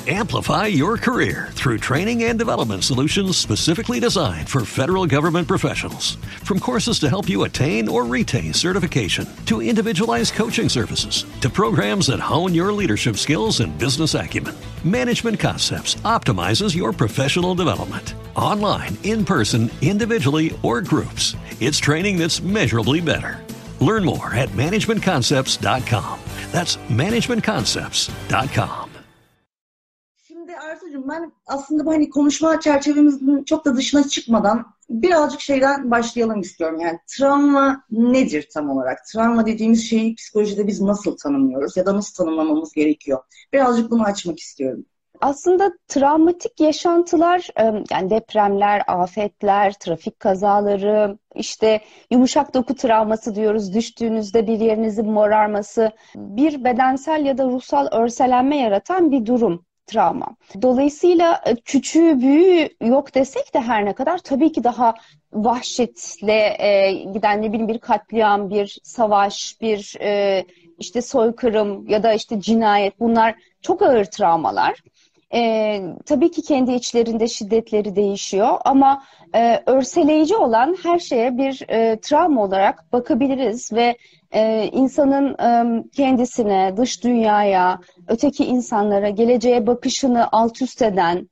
Amplify your career through training and development solutions specifically designed for federal government professionals. From courses to help you attain or retain certification, to individualized coaching services, to programs that hone your leadership skills and business acumen, Management Concepts optimizes your professional development. Online, in person, individually, or groups, it's training that's measurably better. Learn more at managementconcepts.com. That's managementconcepts.com. Şimdi Arzucuğum, ben aslında hani konuşma çerçevemizin çok da dışına çıkmadan birazcık şeyden başlayalım istiyorum. Yani travma nedir tam olarak? Travma dediğimiz şeyi psikolojide biz nasıl tanımlıyoruz ya da nasıl tanımlamamız gerekiyor? Birazcık bunu açmak istiyorum. Aslında travmatik yaşantılar, yani depremler, afetler, trafik kazaları, işte yumuşak doku travması diyoruz, düştüğünüzde bir yerinizin morarması, bir bedensel ya da ruhsal örselenme yaratan bir durum. Travma. Dolayısıyla küçüğü büyüğü yok desek de her ne kadar tabii ki daha vahşetle giden ne bileyim bir katliam, bir savaş, bir işte soykırım ya da işte cinayet, bunlar çok ağır travmalar. Tabii ki kendi içlerinde şiddetleri değişiyor ama örseleyici olan her şeye bir travma olarak bakabiliriz ve insanın kendisine, dış dünyaya, öteki insanlara, geleceğe bakışını alt üst eden,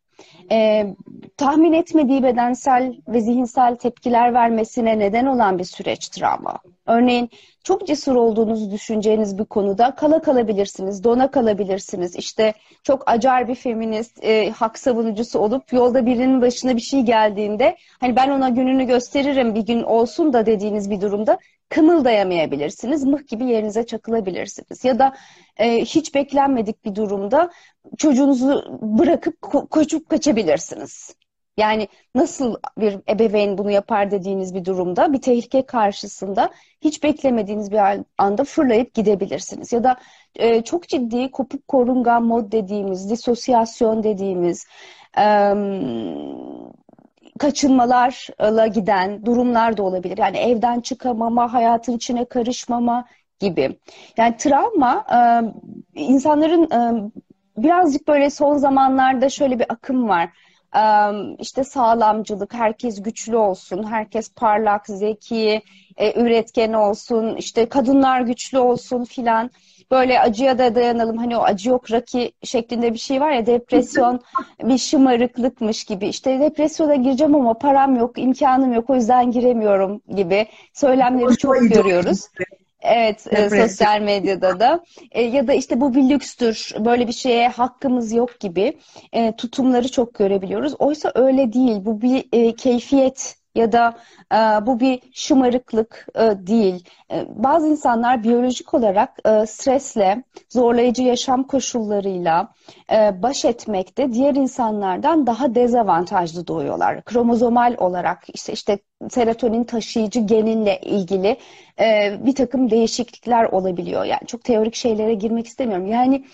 tahmin etmediği bedensel ve zihinsel tepkiler vermesine neden olan bir süreç travma. Örneğin çok cesur olduğunuzu düşüneceğiniz bir konuda kala kalabilirsiniz, dona kalabilirsiniz. İşte çok acar bir feminist, hak savunucusu olup yolda birinin başına bir şey geldiğinde hani ben ona gününü gösteririm bir gün olsun da dediğiniz bir durumda kımıldayamayabilirsiniz. Mıh gibi yerinize çakılabilirsiniz. Ya da hiç beklenmedik bir durumda çocuğunuzu bırakıp koşup kaçabilirsiniz. Yani nasıl bir ebeveyn bunu yapar dediğiniz bir durumda, bir tehlike karşısında hiç beklemediğiniz bir anda fırlayıp gidebilirsiniz. Ya da çok ciddi kopuk korungan mod dediğimiz, disosyasyon dediğimiz, kaçınmalarla giden durumlar da olabilir. Yani evden çıkamama, hayatın içine karışmama gibi. Yani travma insanların birazcık böyle son zamanlarda şöyle bir akım var. İşte sağlamcılık, herkes güçlü olsun, herkes parlak, zeki, üretken olsun, işte kadınlar güçlü olsun filan. Böyle acıya da dayanalım. Hani o acı yok Rocky şeklinde bir şey var ya, depresyon bir şımarıklıkmış gibi. İşte depresyona gireceğim ama param yok, imkanım yok, o yüzden giremiyorum gibi söylemleri çok görüyoruz. Evet, sosyal medyada da. Ya da işte bu bir lükstür, böyle bir şeye hakkımız yok gibi tutumları çok görebiliyoruz. Oysa öyle değil. Bu bir keyfiyet ya da bu bir şımarıklık değil. Bazı insanlar biyolojik olarak stresle, zorlayıcı yaşam koşullarıyla baş etmekte diğer insanlardan daha dezavantajlı doğuyorlar. Kromozomal olarak işte serotonin taşıyıcı geninle ilgili bir takım değişiklikler olabiliyor. Yani çok teorik şeylere girmek istemiyorum. Yani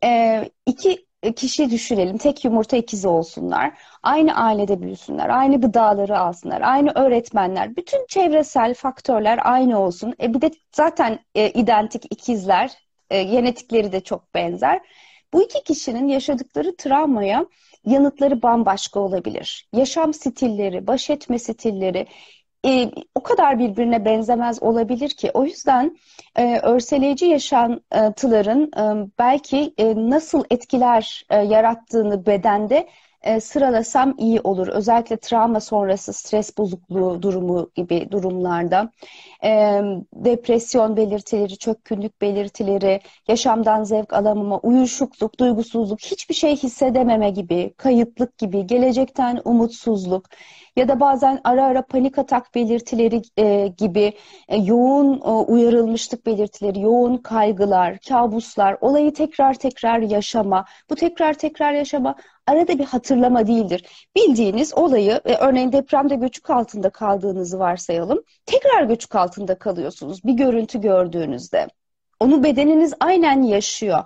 iki kişi düşünelim, tek yumurta ikizi olsunlar, aynı ailede büyüsünler, aynı gıdaları alsınlar, aynı öğretmenler, bütün çevresel faktörler aynı olsun. Bir de zaten identik ikizler, genetikleri de çok benzer. Bu iki kişinin yaşadıkları travmaya yanıtları bambaşka olabilir. Yaşam stilleri, baş etme stilleri o kadar birbirine benzemez olabilir ki. O yüzden örseleyici yaşantıların belki nasıl etkiler yarattığını bedende sıralasam iyi olur. Özellikle travma sonrası stres bozukluğu durumu gibi durumlarda depresyon belirtileri, çökkünlük belirtileri, yaşamdan zevk alamama, uyuşukluk, duygusuzluk, hiçbir şey hissedememe gibi, kayıplık gibi, gelecekten umutsuzluk ya da bazen ara ara panik atak belirtileri gibi yoğun uyarılmışlık belirtileri, yoğun kaygılar, kabuslar, olayı tekrar tekrar yaşama. Bu tekrar tekrar yaşama arada bir hatırlama değildir. Bildiğiniz olayı, örneğin depremde göçük altında kaldığınızı varsayalım. Tekrar göçük altında kalıyorsunuz bir görüntü gördüğünüzde. Onu bedeniniz aynen yaşıyor.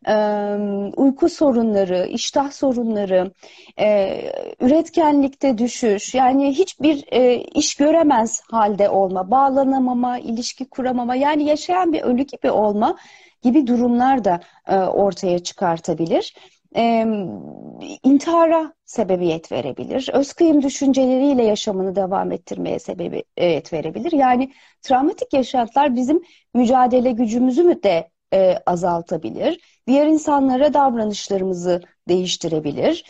Uyku sorunları, iştah sorunları, üretkenlikte düşüş, yani hiçbir iş göremez halde olma, bağlanamama, ilişki kuramama, yani yaşayan bir ölü gibi olma gibi durumlar da ortaya çıkartabilir. intihara sebebiyet verebilir. Özkıyım düşünceleriyle yaşamını devam ettirmeye sebebiyet verebilir. Yani travmatik yaşantılar bizim mücadele gücümüzü de azaltabilir. Diğer insanlara davranışlarımızı değiştirebilir.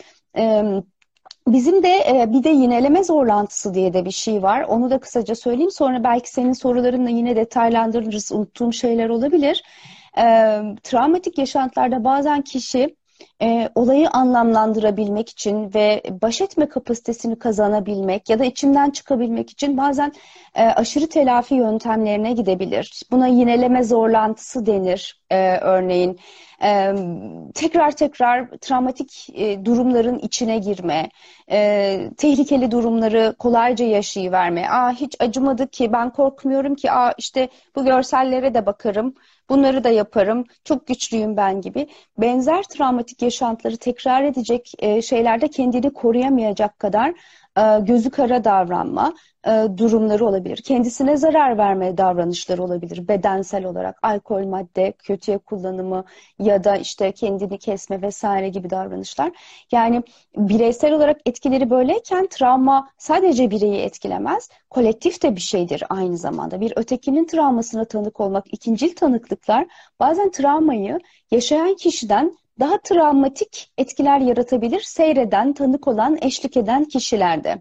Bizim de bir de yineleme zorlantısı diye de bir şey var. Onu da kısaca söyleyeyim. Sonra belki senin sorularınla yine detaylandırırız. Unuttuğum şeyler olabilir. Travmatik yaşantılarda bazen kişi olayı anlamlandırabilmek için ve baş etme kapasitesini kazanabilmek ya da içinden çıkabilmek için bazen aşırı telafi yöntemlerine gidebilir. Buna yineleme zorlantısı denir örneğin. Tekrar tekrar travmatik durumların içine girme, tehlikeli durumları kolayca yaşayıverme. Hiç acımadı ki, ben korkmuyorum ki, işte bu görsellere de bakarım, bunları da yaparım, çok güçlüyüm ben gibi. Benzer travmatik yaşantıları tekrar edecek şeylerde kendini koruyamayacak kadar gözü kara davranma durumları olabilir. Kendisine zarar verme davranışları olabilir. Bedensel olarak alkol, madde, kötüye kullanımı ya da işte kendini kesme vesaire gibi davranışlar. Yani bireysel olarak etkileri böyleyken travma sadece bireyi etkilemez. Kolektif de bir şeydir aynı zamanda. Bir ötekinin travmasına tanık olmak, ikincil tanıklıklar bazen travmayı yaşayan kişiden daha travmatik etkiler yaratabilir, seyreden, tanık olan, eşlik eden kişilerde.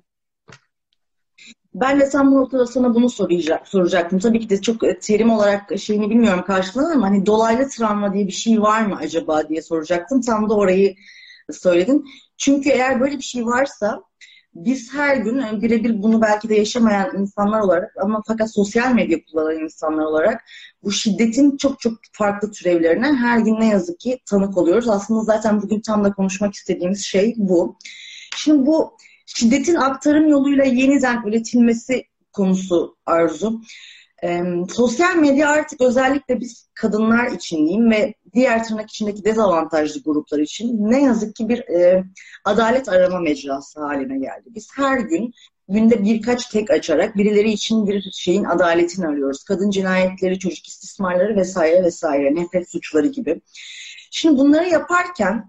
Ben de tam bu noktada sana bunu soracaktım. Tabii ki de çok terim olarak şeyini bilmiyorum karşılığını, ama hani dolaylı travma diye bir şey var mı acaba diye soracaktım. Tam da orayı söyledin. Çünkü eğer böyle bir şey varsa biz her gün birebir bunu belki de yaşamayan insanlar olarak, ama fakat sosyal medya kullanan insanlar olarak bu şiddetin çok çok farklı türevlerine her gün ne yazık ki tanık oluyoruz. Aslında zaten bugün tam da konuşmak istediğimiz şey bu. Şimdi bu şiddetin aktarım yoluyla yeniden üretilmesi konusu Arzu. Sosyal medya artık özellikle biz kadınlar için diyeyim ve diğer tırnak içindeki dezavantajlı gruplar için ne yazık ki bir adalet arama mecrası haline geldi. Biz her gün günde birkaç tek açarak birileri için bir şeyin adaletini arıyoruz. Kadın cinayetleri, çocuk istismarları vesaire vesaire, nefret suçları gibi. Şimdi bunları yaparken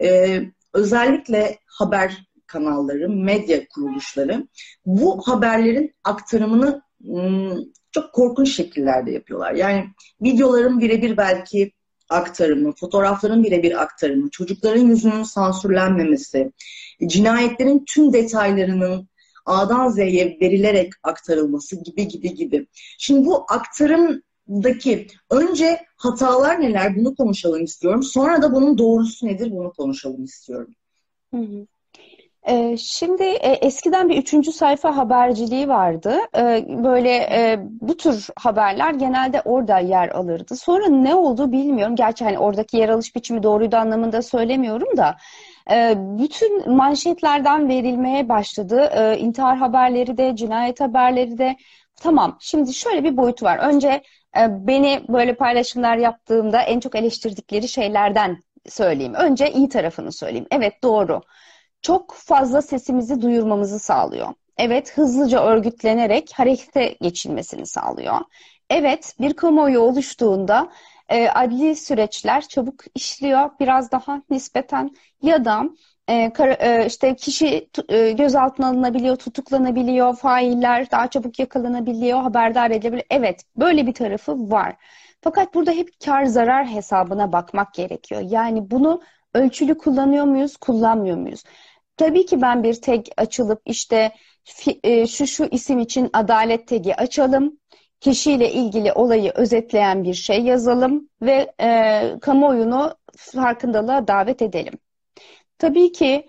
özellikle haber kanalları, medya kuruluşları bu haberlerin aktarımını çok korkunç şekillerde yapıyorlar. Yani videoların birebir belki aktarımı, fotoğrafların birebir aktarımı, çocukların yüzünün sansürlenmemesi, cinayetlerin tüm detaylarının A'dan Z'ye verilerek aktarılması gibi gibi gibi. Şimdi bu aktarımdaki önce hatalar neler bunu konuşalım istiyorum. Sonra da bunun doğrusu nedir bunu konuşalım istiyorum. Hı hı. Şimdi eskiden bir üçüncü sayfa haberciliği vardı. Böyle bu tür haberler genelde orada yer alırdı. Sonra ne oldu bilmiyorum. Gerçi hani oradaki yer alış biçimi doğruydu anlamında söylemiyorum da. Bütün manşetlerden verilmeye başladı. İntihar haberleri de, cinayet haberleri de. Tamam, şimdi şöyle bir boyutu var. Önce beni böyle paylaşımlar yaptığımda en çok eleştirdikleri şeylerden söyleyeyim. Önce iyi tarafını söyleyeyim. Evet, doğru. Çok fazla sesimizi duyurmamızı sağlıyor. Evet, hızlıca örgütlenerek harekete geçilmesini sağlıyor. Evet, bir kamuoyu oluştuğunda adli süreçler çabuk işliyor, biraz daha nispeten ya da işte kişi gözaltına alınabiliyor, tutuklanabiliyor, failler daha çabuk yakalanabiliyor, haberdar edilebiliyor. Evet, böyle bir tarafı var. Fakat burada hep kar zarar hesabına bakmak gerekiyor. Yani bunu ölçülü kullanıyor muyuz, kullanmıyor muyuz? Tabii ki ben bir tag açılıp işte şu isim için adalet tagi açalım, kişiyle ilgili olayı özetleyen bir şey yazalım ve kamuoyunu farkındalığa davet edelim. Tabii ki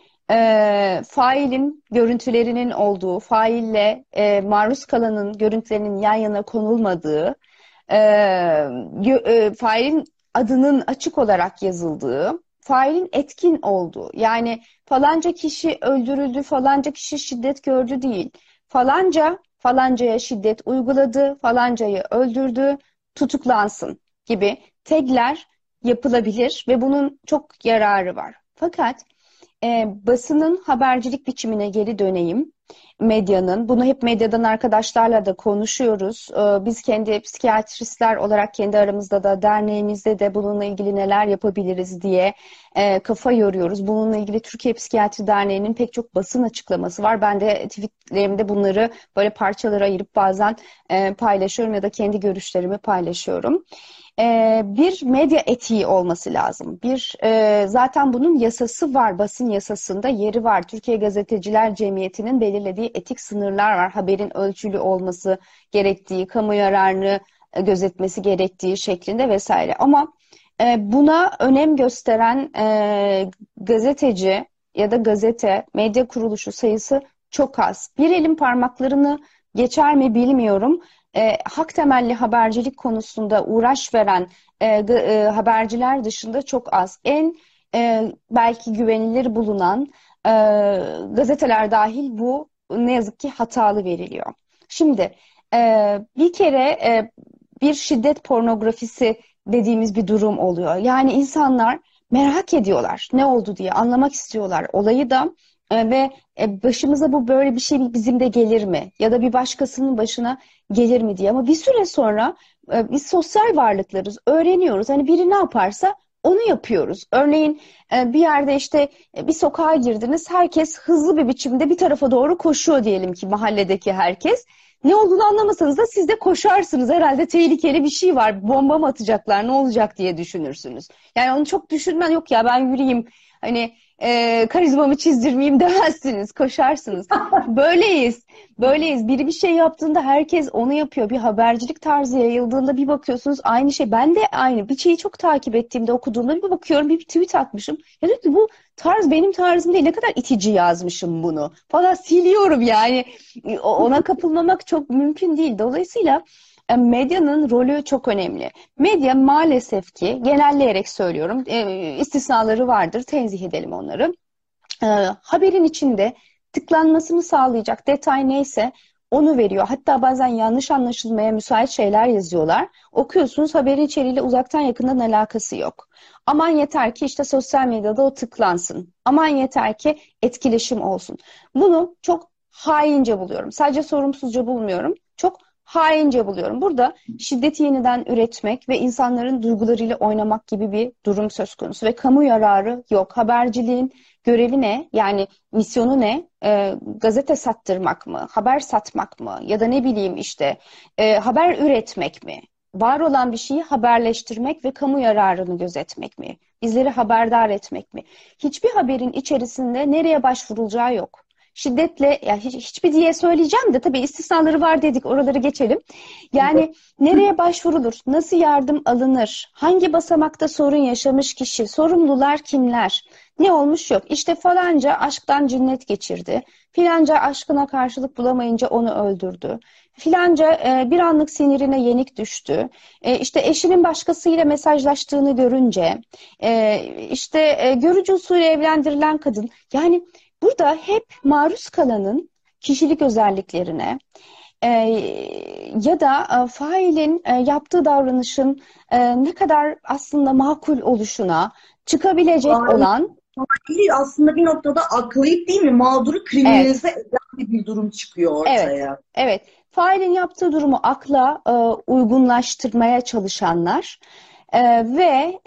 failin görüntülerinin olduğu, faille maruz kalanın görüntülerinin yan yana konulmadığı, failin adının açık olarak yazıldığı, failin etkin olduğu, yani falanca kişi öldürüldü, falanca kişi şiddet gördü değil, falancaya şiddet uyguladı, falancayı öldürdü, tutuklansın gibi tagler yapılabilir ve bunun çok yararı var. Fakat basının habercilik biçimine geri döneyim. medyanın, bunu hep medyadan arkadaşlarla da konuşuyoruz. Biz kendi psikiyatristler olarak kendi aramızda da derneğimizde de bununla ilgili neler yapabiliriz diye kafa yoruyoruz. Bununla ilgili Türkiye Psikiyatri Derneği'nin pek çok basın açıklaması var. Ben de tweetlerimde bunları böyle parçalara ayırıp bazen paylaşıyorum ya da kendi görüşlerimi paylaşıyorum. Bir medya etiği olması lazım. Zaten bunun yasası var, basın yasasında yeri var. Türkiye Gazeteciler Cemiyeti'nin belirlediği etik sınırlar var. Haberin ölçülü olması gerektiği, kamu yararını gözetmesi gerektiği şeklinde vesaire. Ama buna önem gösteren gazeteci ya da gazete, medya kuruluşu sayısı çok az. Bir elin parmaklarını geçer mi bilmiyorum. Hak temelli habercilik konusunda uğraş veren haberciler dışında çok az. Belki güvenilir bulunan gazeteler dahil bu ne yazık ki hatalı veriliyor. Şimdi bir kere bir şiddet pornografisi dediğimiz bir durum oluyor. Yani insanlar merak ediyorlar ne oldu diye anlamak istiyorlar olayı da ve başımıza bu böyle bir şey bizim de gelir mi? Ya da bir başkasının başına gelir mi diye. Ama bir süre sonra biz sosyal varlıklarız, öğreniyoruz. Hani biri ne yaparsa onu yapıyoruz. Örneğin bir yerde işte bir sokağa girdiniz, herkes hızlı bir biçimde bir tarafa doğru koşuyor diyelim ki mahalledeki herkes. Ne olduğunu anlamasanız da siz de koşarsınız. Herhalde tehlikeli bir şey var, bomba mı atacaklar, ne olacak diye düşünürsünüz. Yani onu çok düşünmen yok ya ben yürüyeyim hani karizmamı çizdirmeyeyim demezsiniz, koşarsınız. Böyleyiz, böyleyiz. Biri bir şey yaptığında herkes onu yapıyor. Bir habercilik tarzı yayıldığında bir bakıyorsunuz aynı şey. Ben de aynı. Bir şeyi çok takip ettiğimde, okuduğumda bir bakıyorum bir tweet atmışım. Ya diyor ki bu tarz benim tarzım değil. Ne kadar itici yazmışım bunu falan siliyorum yani. Ona kapılmamak çok mümkün değil. Dolayısıyla medyanın rolü çok önemli. Medya maalesef ki, genelleyerek söylüyorum, istisnaları vardır, tenzih edelim onları. Haberin içinde tıklanmasını sağlayacak detay neyse onu veriyor. Hatta bazen yanlış anlaşılmaya müsait şeyler yazıyorlar. Okuyorsunuz haberin içeriğiyle uzaktan yakından alakası yok. Aman yeter ki işte sosyal medyada o tıklansın. Aman yeter ki etkileşim olsun. Bunu çok haince buluyorum. Sadece sorumsuzca bulmuyorum. Çok haince buluyorum. Burada şiddeti yeniden üretmek ve insanların duygularıyla oynamak gibi bir durum söz konusu ve kamu yararı yok. Haberciliğin görevi ne? Yani misyonu ne? Gazete sattırmak mı? Haber satmak mı? Ya da ne bileyim işte haber üretmek mi? Var olan bir şeyi haberleştirmek ve kamu yararını gözetmek mi? Bizleri haberdar etmek mi? Hiçbir haberin içerisinde nereye başvurulacağı yok. Şiddetle, yani hiçbir diye söyleyeceğim de tabii istisnaları var dedik, oraları geçelim. Yani nereye başvurulur, nasıl yardım alınır, hangi basamakta sorun yaşamış kişi, sorumlular kimler, ne olmuş yok. İşte falanca aşktan cinnet geçirdi, filanca aşkına karşılık bulamayınca onu öldürdü, filanca bir anlık sinirine yenik düştü, işte eşinin başkasıyla mesajlaştığını görünce, işte görücü usulü evlendirilen kadın, yani burada hep maruz kalanın kişilik özelliklerine ya da failin yaptığı davranışın ne kadar aslında makul oluşuna çıkabilecek olan... Faili aslında bir noktada aklayıp değil mi mağduru kriminalize eden bir durum çıkıyor ortaya. Evet, evet. Failin yaptığı durumu akla uygunlaştırmaya çalışanlar ve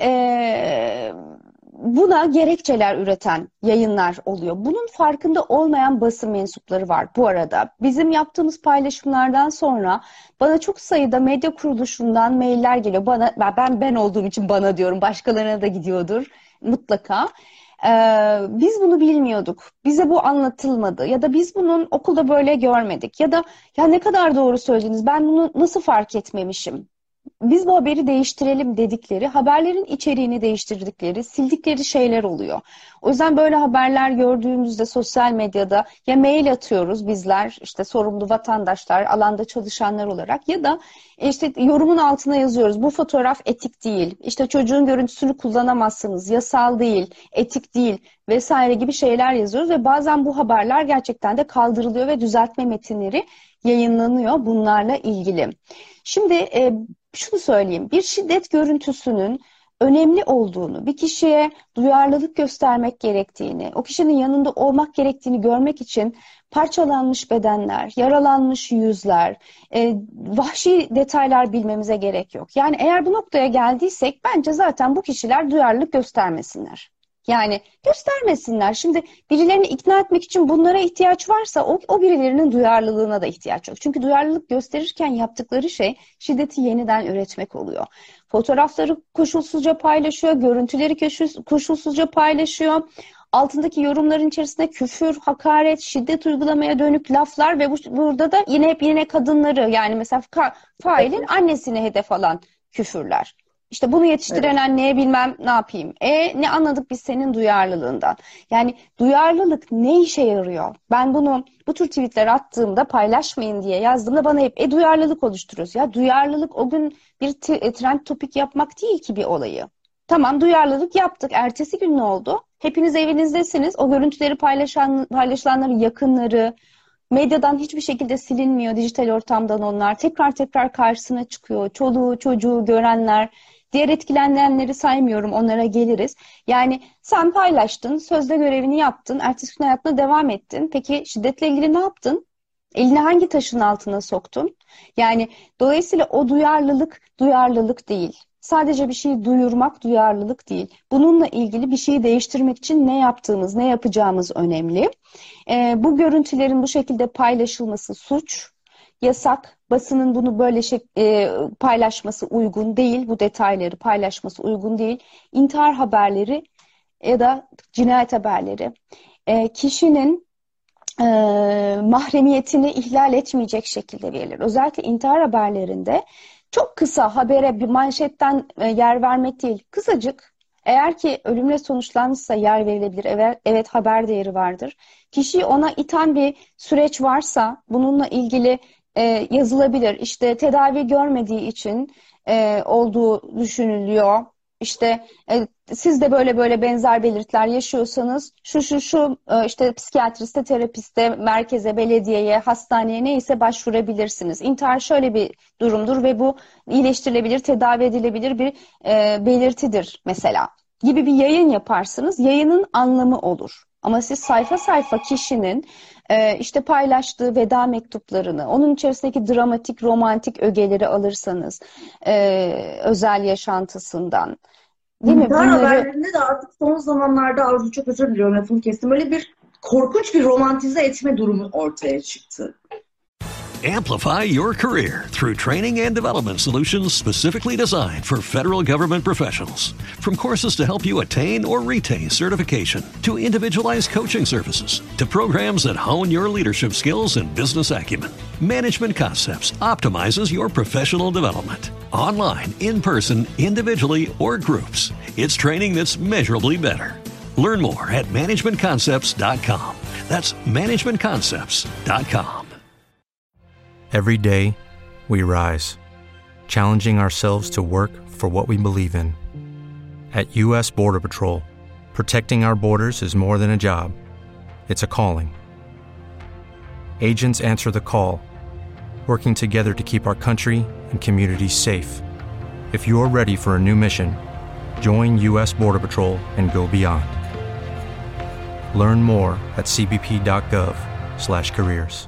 buna gerekçeler üreten yayınlar oluyor. Bunun farkında olmayan basın mensupları var bu arada. Bizim yaptığımız paylaşımlardan sonra bana çok sayıda medya kuruluşundan mailler geliyor. Ben olduğum için bana diyorum, başkalarına da gidiyordur mutlaka. Biz bunu bilmiyorduk. Bize bu anlatılmadı ya da biz bunun okulda böyle görmedik ya da ya ne kadar doğru söylediniz, ben bunu nasıl fark etmemişim. Biz bu haberi değiştirelim dedikleri, haberlerin içeriğini değiştirdikleri, sildikleri şeyler oluyor. O yüzden böyle haberler gördüğümüzde sosyal medyada ya mail atıyoruz bizler, işte sorumlu vatandaşlar, alanda çalışanlar olarak ya da işte yorumun altına yazıyoruz. Bu fotoğraf etik değil, işte çocuğun görüntüsünü kullanamazsınız, yasal değil, etik değil vesaire gibi şeyler yazıyoruz ve bazen bu haberler gerçekten de kaldırılıyor ve düzeltme metinleri yayınlanıyor bunlarla ilgili. Şimdi şunu söyleyeyim, bir şiddet görüntüsünün önemli olduğunu, bir kişiye duyarlılık göstermek gerektiğini, o kişinin yanında olmak gerektiğini görmek için parçalanmış bedenler, yaralanmış yüzler, vahşi detaylar bilmemize gerek yok. Yani eğer bu noktaya geldiysek bence zaten bu kişiler duyarlılık göstermesinler. Yani göstermesinler. Şimdi birilerini ikna etmek için bunlara ihtiyaç varsa o birilerinin duyarlılığına da ihtiyaç yok. Çünkü duyarlılık gösterirken yaptıkları şey şiddeti yeniden üretmek oluyor. Fotoğrafları koşulsuzca paylaşıyor, görüntüleri koşulsuzca paylaşıyor. Altındaki yorumların içerisinde küfür, hakaret, şiddet uygulamaya dönük laflar ve burada da yine kadınları, yani mesela failin annesine hedef alan küfürler. İşte bunu yetiştiren anneye bilmem ne yapayım. Ne anladık biz senin duyarlılığından? Yani duyarlılık ne işe yarıyor? Ben bu tür tweetler attığımda, paylaşmayın diye yazdığımda bana hep duyarlılık oluşturuyoruz. Ya duyarlılık o gün bir trend topik yapmak değil ki bir olayı. Tamam, duyarlılık yaptık. Ertesi gün ne oldu? Hepiniz evinizdesiniz. O görüntüleri paylaşılanların yakınları, medyadan hiçbir şekilde silinmiyor. Dijital ortamdan onlar tekrar karşısına çıkıyor. Çoluğu, çocuğu görenler, diğer etkilenenleri saymıyorum, onlara geliriz. Yani sen paylaştın, sözde görevini yaptın, ertesi gün hayatına devam ettin. Peki şiddetle ilgili ne yaptın? Elini hangi taşın altına soktun? Yani dolayısıyla o duyarlılık değil. Sadece bir şeyi duyurmak duyarlılık değil. Bununla ilgili bir şeyi değiştirmek için ne yaptığımız, ne yapacağımız önemli. Bu görüntülerin bu şekilde paylaşılması suç, yasak. Basının bunu böyle paylaşması uygun değil. Bu detayları paylaşması uygun değil. İntihar haberleri ya da cinayet haberleri kişinin mahremiyetini ihlal etmeyecek şekilde verilir. Özellikle intihar haberlerinde çok kısa habere bir manşetten yer vermek değil, kısacık, eğer ki ölümle sonuçlanmışsa yer verilebilir. Evet, haber değeri vardır. Kişiyi ona iten bir süreç varsa bununla ilgili yazılabilir. İşte tedavi görmediği için olduğu düşünülüyor. İşte siz de böyle benzer belirtiler yaşıyorsanız şu işte psikiyatriste, terapiste, merkeze, belediyeye, hastaneye neyse başvurabilirsiniz. İntihar şöyle bir durumdur ve bu iyileştirilebilir, tedavi edilebilir bir belirtidir mesela gibi bir yayın yaparsınız. Yayının anlamı olur. Ama siz sayfa sayfa kişinin işte paylaştığı veda mektuplarını, onun içerisindeki dramatik, romantik ögeleri alırsanız özel yaşantısından, değil mi? İntihar haberlerinde de artık son zamanlarda, Arzu çok özür diliyorum lafını kestim, böyle bir korkunç bir romantize etme durumu ortaya çıktı. Amplify your career through training and development solutions specifically designed for federal government professionals. From courses to help you attain or retain certification, to individualized coaching services, to programs that hone your leadership skills and business acumen, Management Concepts optimizes your professional development. Online, in person, individually, or groups, it's training that's measurably better. Learn more at managementconcepts.com. That's managementconcepts.com. Every day, we rise, challenging ourselves to work for what we believe in. At U.S. Border Patrol, protecting our borders is more than a job. It's a calling. Agents answer the call, working together to keep our country and communities safe. If you're ready for a new mission, join U.S. Border Patrol and go beyond. Learn more at cbp.gov/careers.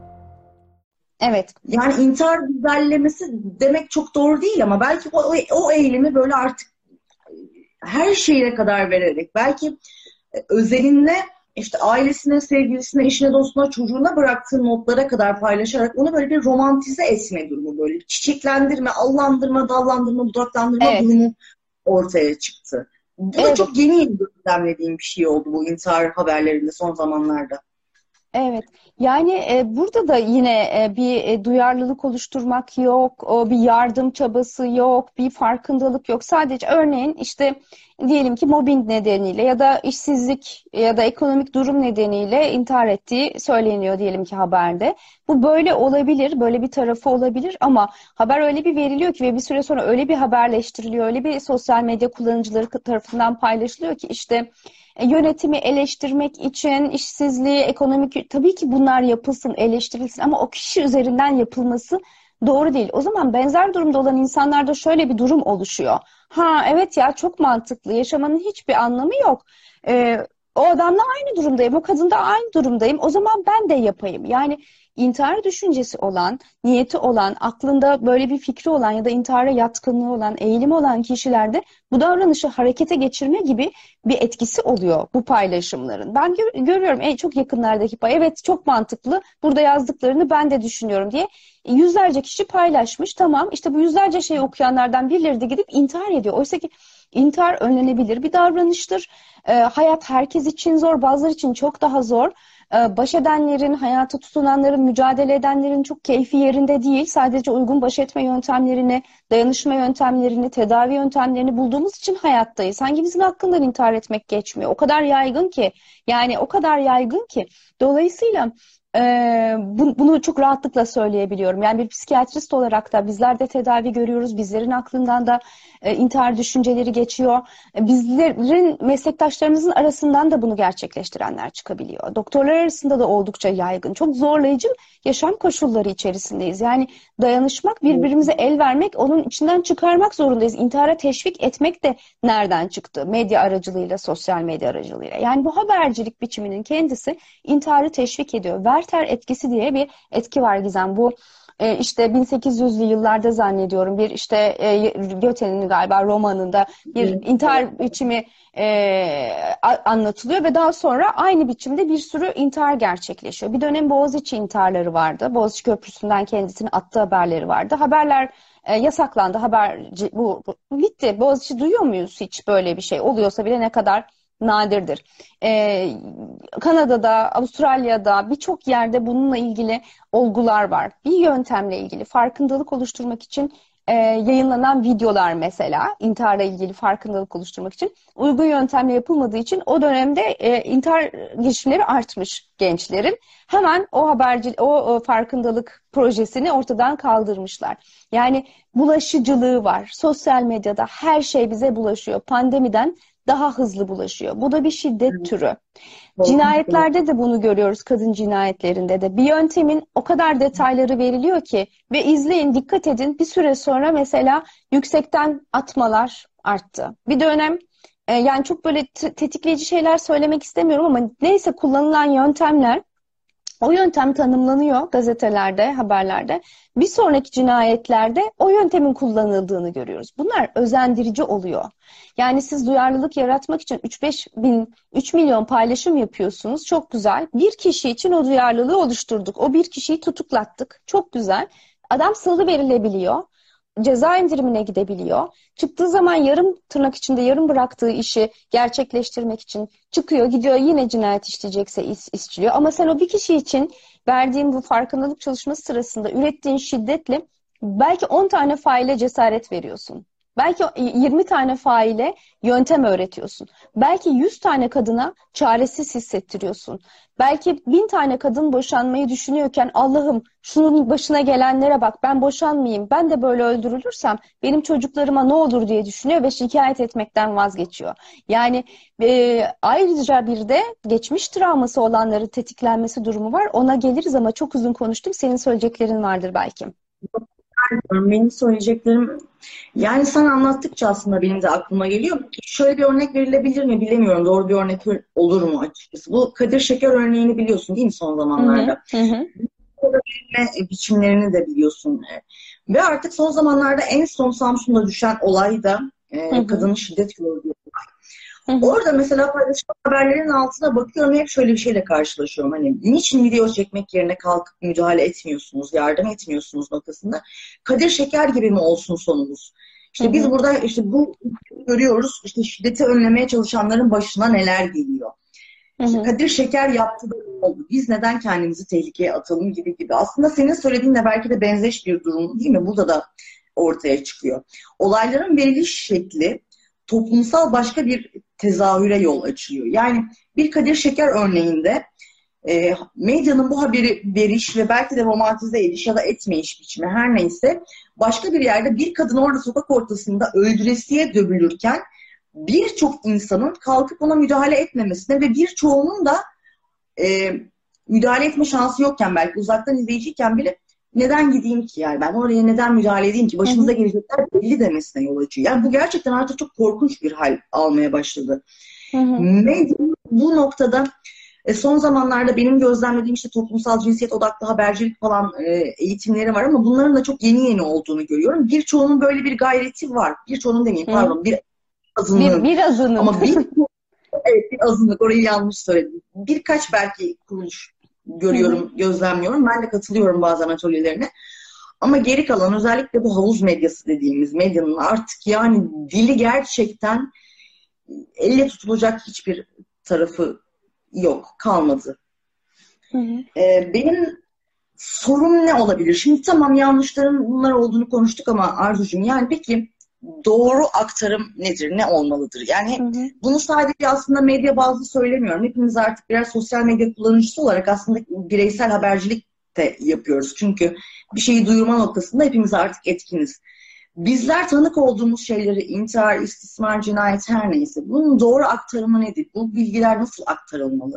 Evet. Yani intihar güzellemesi demek çok doğru değil ama belki o eğilimi böyle artık her şeyine kadar vererek, belki özelinde işte ailesine, sevgilisine, eşine, dostuna, çocuğuna bıraktığı notlara kadar paylaşarak onu böyle bir romantize etme durumu, böyle çiçeklendirme, allandırma, dallandırma, budaklandırma durumu ortaya çıktı. Bu da çok yeni gözlemlediğim bir şey oldu bu intihar haberlerinde son zamanlarda. Evet, yani burada da yine bir duyarlılık oluşturmak yok, bir yardım çabası yok, bir farkındalık yok. Sadece örneğin işte diyelim ki mobbing nedeniyle ya da işsizlik ya da ekonomik durum nedeniyle intihar ettiği söyleniyor diyelim ki haberde. Bu böyle olabilir, böyle bir tarafı olabilir ama haber öyle bir veriliyor ki ve bir süre sonra öyle bir haberleştiriliyor, öyle bir sosyal medya kullanıcıları tarafından paylaşılıyor ki işte yönetimi eleştirmek için işsizliği, ekonomik, tabii ki bunlar yapılsın, eleştirilsin ama o kişi üzerinden yapılması doğru değil. O zaman benzer durumda olan insanlarda şöyle bir durum oluşuyor. Ha evet ya, çok mantıklı. Yaşamanın hiçbir anlamı yok. O adamla aynı durumdayım, o kadında aynı durumdayım. O zaman ben de yapayım. Yani intihar düşüncesi olan, niyeti olan, aklında böyle bir fikri olan ya da intihara yatkınlığı olan, eğilimi olan kişilerde bu davranışı harekete geçirme gibi bir etkisi oluyor bu paylaşımların. Ben görüyorum en çok yakınlardaki evet çok mantıklı, burada yazdıklarını ben de düşünüyorum diye yüzlerce kişi paylaşmış. Tamam, işte bu yüzlerce şeyi okuyanlardan birileri de gidip intihar ediyor. Oysa ki intihar önlenebilir bir davranıştır. Hayat herkes için zor, bazıları için çok daha zor. Baş edenlerin, hayata tutunanların, mücadele edenlerin çok keyfi yerinde değil. Sadece uygun baş etme yöntemlerini, dayanışma yöntemlerini, tedavi yöntemlerini bulduğumuz için hayattayız. Hangimizin hakkından intihar etmek geçmiyor? O kadar yaygın ki, yani o kadar yaygın ki. Dolayısıyla bunu çok rahatlıkla söyleyebiliyorum. Yani bir psikiyatrist olarak da bizler de tedavi görüyoruz. Bizlerin aklından da intihar düşünceleri geçiyor. Bizlerin, meslektaşlarımızın arasından da bunu gerçekleştirenler çıkabiliyor. Doktorlar arasında da oldukça yaygın. Çok zorlayıcı yaşam koşulları içerisindeyiz. Yani dayanışmak, birbirimize el vermek, onun içinden çıkarmak zorundayız. İntihara teşvik etmek de nereden çıktı? Medya aracılığıyla, sosyal medya aracılığıyla. Yani bu habercilik biçiminin kendisi intiharı teşvik ediyor. Werther etkisi diye bir etki var Gizem. Bu işte 1800'lü yıllarda zannediyorum bir işte Goethe'nin galiba romanında bir intihar biçimi anlatılıyor ve daha sonra aynı biçimde bir sürü intihar gerçekleşiyor. Bir dönem Boğaziçi intiharları vardı. Boğaziçi Köprüsü'nden kendisinin attığı haberleri vardı. Haberler yasaklandı. Haberci bu bitti. Boğaziçi duyuyor muyuz hiç böyle bir şey? Oluyorsa bile ne kadar nadirdir. Kanada'da, Avustralya'da birçok yerde bununla ilgili olgular var. Bir yöntemle ilgili farkındalık oluşturmak için yayınlanan videolar mesela, intiharla ilgili farkındalık oluşturmak için uygun yöntemle yapılmadığı için o dönemde intihar girişimleri artmış gençlerin. Hemen o farkındalık projesini ortadan kaldırmışlar. Yani bulaşıcılığı var. Sosyal medyada her şey bize bulaşıyor. Pandemiden daha hızlı bulaşıyor. Bu da bir şiddet türü. Cinayetlerde de bunu görüyoruz, kadın cinayetlerinde de. Bir yöntemin o kadar detayları veriliyor ki ve izleyin, dikkat edin, bir süre sonra mesela yüksekten atmalar arttı. Bir dönem yani çok böyle tetikleyici şeyler söylemek istemiyorum ama neyse, kullanılan yöntemler, o yöntem tanımlanıyor gazetelerde, haberlerde. Bir sonraki cinayetlerde o yöntemin kullanıldığını görüyoruz. Bunlar özendirici oluyor. Yani siz duyarlılık yaratmak için 3 milyon paylaşım yapıyorsunuz. Çok güzel. Bir kişi için o duyarlılığı oluşturduk. O bir kişiyi tutuklattık. Çok güzel. Adam salıverilebiliyor. Ceza indirimine gidebiliyor. Çıktığı zaman tırnak içinde yarım bıraktığı işi gerçekleştirmek için çıkıyor, gidiyor, yine cinayet işleyecekse işliyor. Ama sen o bir kişi için verdiğin bu farkındalık çalışması sırasında ürettiğin şiddetle belki 10 tane faile cesaret veriyorsun. Belki 20 tane faile yöntem öğretiyorsun. Belki 100 tane kadına çaresiz hissettiriyorsun. Belki 1000 tane kadın boşanmayı düşünüyorken Allah'ım şunun başına gelenlere bak, ben boşanmayayım, ben de böyle öldürülürsem benim çocuklarıma ne olur diye düşünüyor ve şikayet etmekten vazgeçiyor. Yani ayrıca bir de geçmiş travması olanların tetiklenmesi durumu var. Ona geliriz ama çok uzun konuştum. Senin söyleyeceklerin vardır belki. Benim söyleyeceklerim, yani sen anlattıkça aslında benim de aklıma geliyor. Şöyle bir örnek verilebilir mi bilemiyorum. Doğru bir örnek olur mu açıkçası? Bu Kadir Şeker örneğini biliyorsun değil mi son zamanlarda? Hı hı. Biçimlerini de biliyorsun. Ve artık son zamanlarda en son Samsun'da düşen olay da kadının şiddet gördüğü olay. Orada mesela paylaşılan haberlerin altına bakıyorum, hep şöyle bir şeyle karşılaşıyorum. Hani niçin video çekmek yerine kalkıp müdahale etmiyorsunuz, yardım etmiyorsunuz noktasında. Kadir Şeker gibi mi olsun sonumuz? İşte biz burada işte bu görüyoruz, işte şiddeti önlemeye çalışanların başına neler geliyor. İşte Kadir Şeker yaptı da oldu. Biz neden kendimizi tehlikeye atalım gibi. Aslında senin söylediğinle belki de benzeş bir durum değil mi? Burada da ortaya çıkıyor. Olayların veriliş şekli toplumsal başka bir tezahüre yol açıyor. Yani bir Kadir Şeker örneğinde medyanın bu haberi veriş ve belki de romantize ediş ya da etmeyiş biçimi her neyse, başka bir yerde bir kadın orada sokak ortasında öldüresiye dövülürken birçok insanın kalkıp ona müdahale etmemesine ve birçoğunun da müdahale etme şansı yokken, belki uzaktan izleyiciyken bile neden gideyim ki yani? Ben oraya neden müdahale edeyim ki? Başımıza gelecekler belli demesine yol açıyor. Yani bu gerçekten artık çok korkunç bir hal almaya başladı. Medya bu noktada son zamanlarda benim gözlemlediğim işte toplumsal cinsiyet odaklı habercilik falan eğitimleri var ama bunların da çok yeni olduğunu görüyorum. Birçoğunun böyle bir gayreti var. Birçoğunun demeyeyim pardon, bir azınlığın. Bir azınlık. Ama evet, bir azınlık, orayı yanlış söyledim. Birkaç belki kuruluş görüyorum, gözlemliyorum. Ben de katılıyorum bazen atölyelerine. Ama geri kalan özellikle bu havuz medyası dediğimiz medyanın artık yani dili gerçekten elle tutulacak hiçbir tarafı yok, kalmadı. Benim sorum ne olabilir? Şimdi tamam, yanlışların bunlar olduğunu konuştuk ama Arzucuğum, yani peki doğru aktarım nedir? Ne olmalıdır? Yani bunu sadece aslında medya bazlı söylemiyorum. Hepimiz artık birer sosyal medya kullanıcısı olarak aslında bireysel habercilik de yapıyoruz. Çünkü bir şeyi duyurma noktasında hepimiz artık etkiniz. Bizler tanık olduğumuz şeyleri, intihar, istismar, cinayet her neyse, bunun doğru aktarımı nedir? Bu bilgiler nasıl aktarılmalı?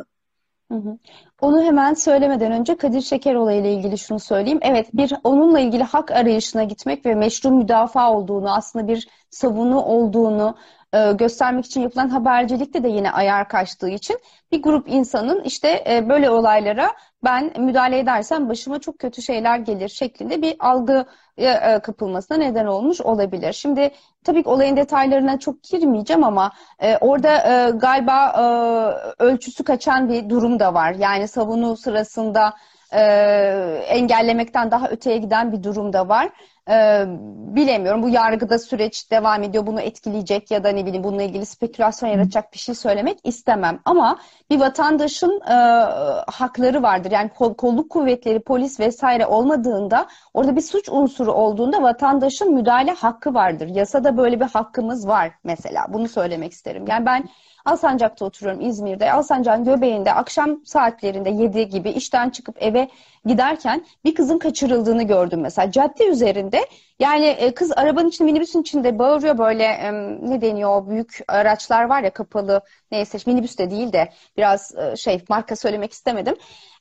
Onu hemen söylemeden önce Kadir Şekeroğlu ile ilgili şunu söyleyeyim. Evet, onunla ilgili hak arayışına gitmek ve meşru müdafaa olduğunu, aslında bir savunu olduğunu göstermek için yapılan habercilikte de yine ayar kaçtığı için bir grup insanın işte böyle olaylara ben müdahale edersem başıma çok kötü şeyler gelir şeklinde bir algı kapılmasına neden olmuş olabilir. Şimdi tabii ki olayın detaylarına çok girmeyeceğim ama orada galiba ölçüsü kaçan bir durum da var. Yani savunu sırasında engellemekten daha öteye giden bir durum da var. Bilemiyorum. Bu yargıda süreç devam ediyor. Bunu etkileyecek ya da ne bileyim bununla ilgili spekülasyon yaratacak bir şey söylemek istemem. Ama bir vatandaşın hakları vardır. Yani kolluk kuvvetleri, polis vesaire olmadığında, orada bir suç unsuru olduğunda vatandaşın müdahale hakkı vardır. Yasada böyle bir hakkımız var mesela. Bunu söylemek isterim. Yani ben Alsancak'ta oturuyorum, İzmir'de. Alsancak'ın göbeğinde akşam saatlerinde 7 gibi işten çıkıp eve giderken bir kızın kaçırıldığını gördüm mesela. Cadde üzerinde, yani kız arabanın içinde, minibüsün içinde bağırıyor böyle, ne deniyor o büyük araçlar var ya, kapalı, neyse, minibüs de değil de biraz marka söylemek istemedim.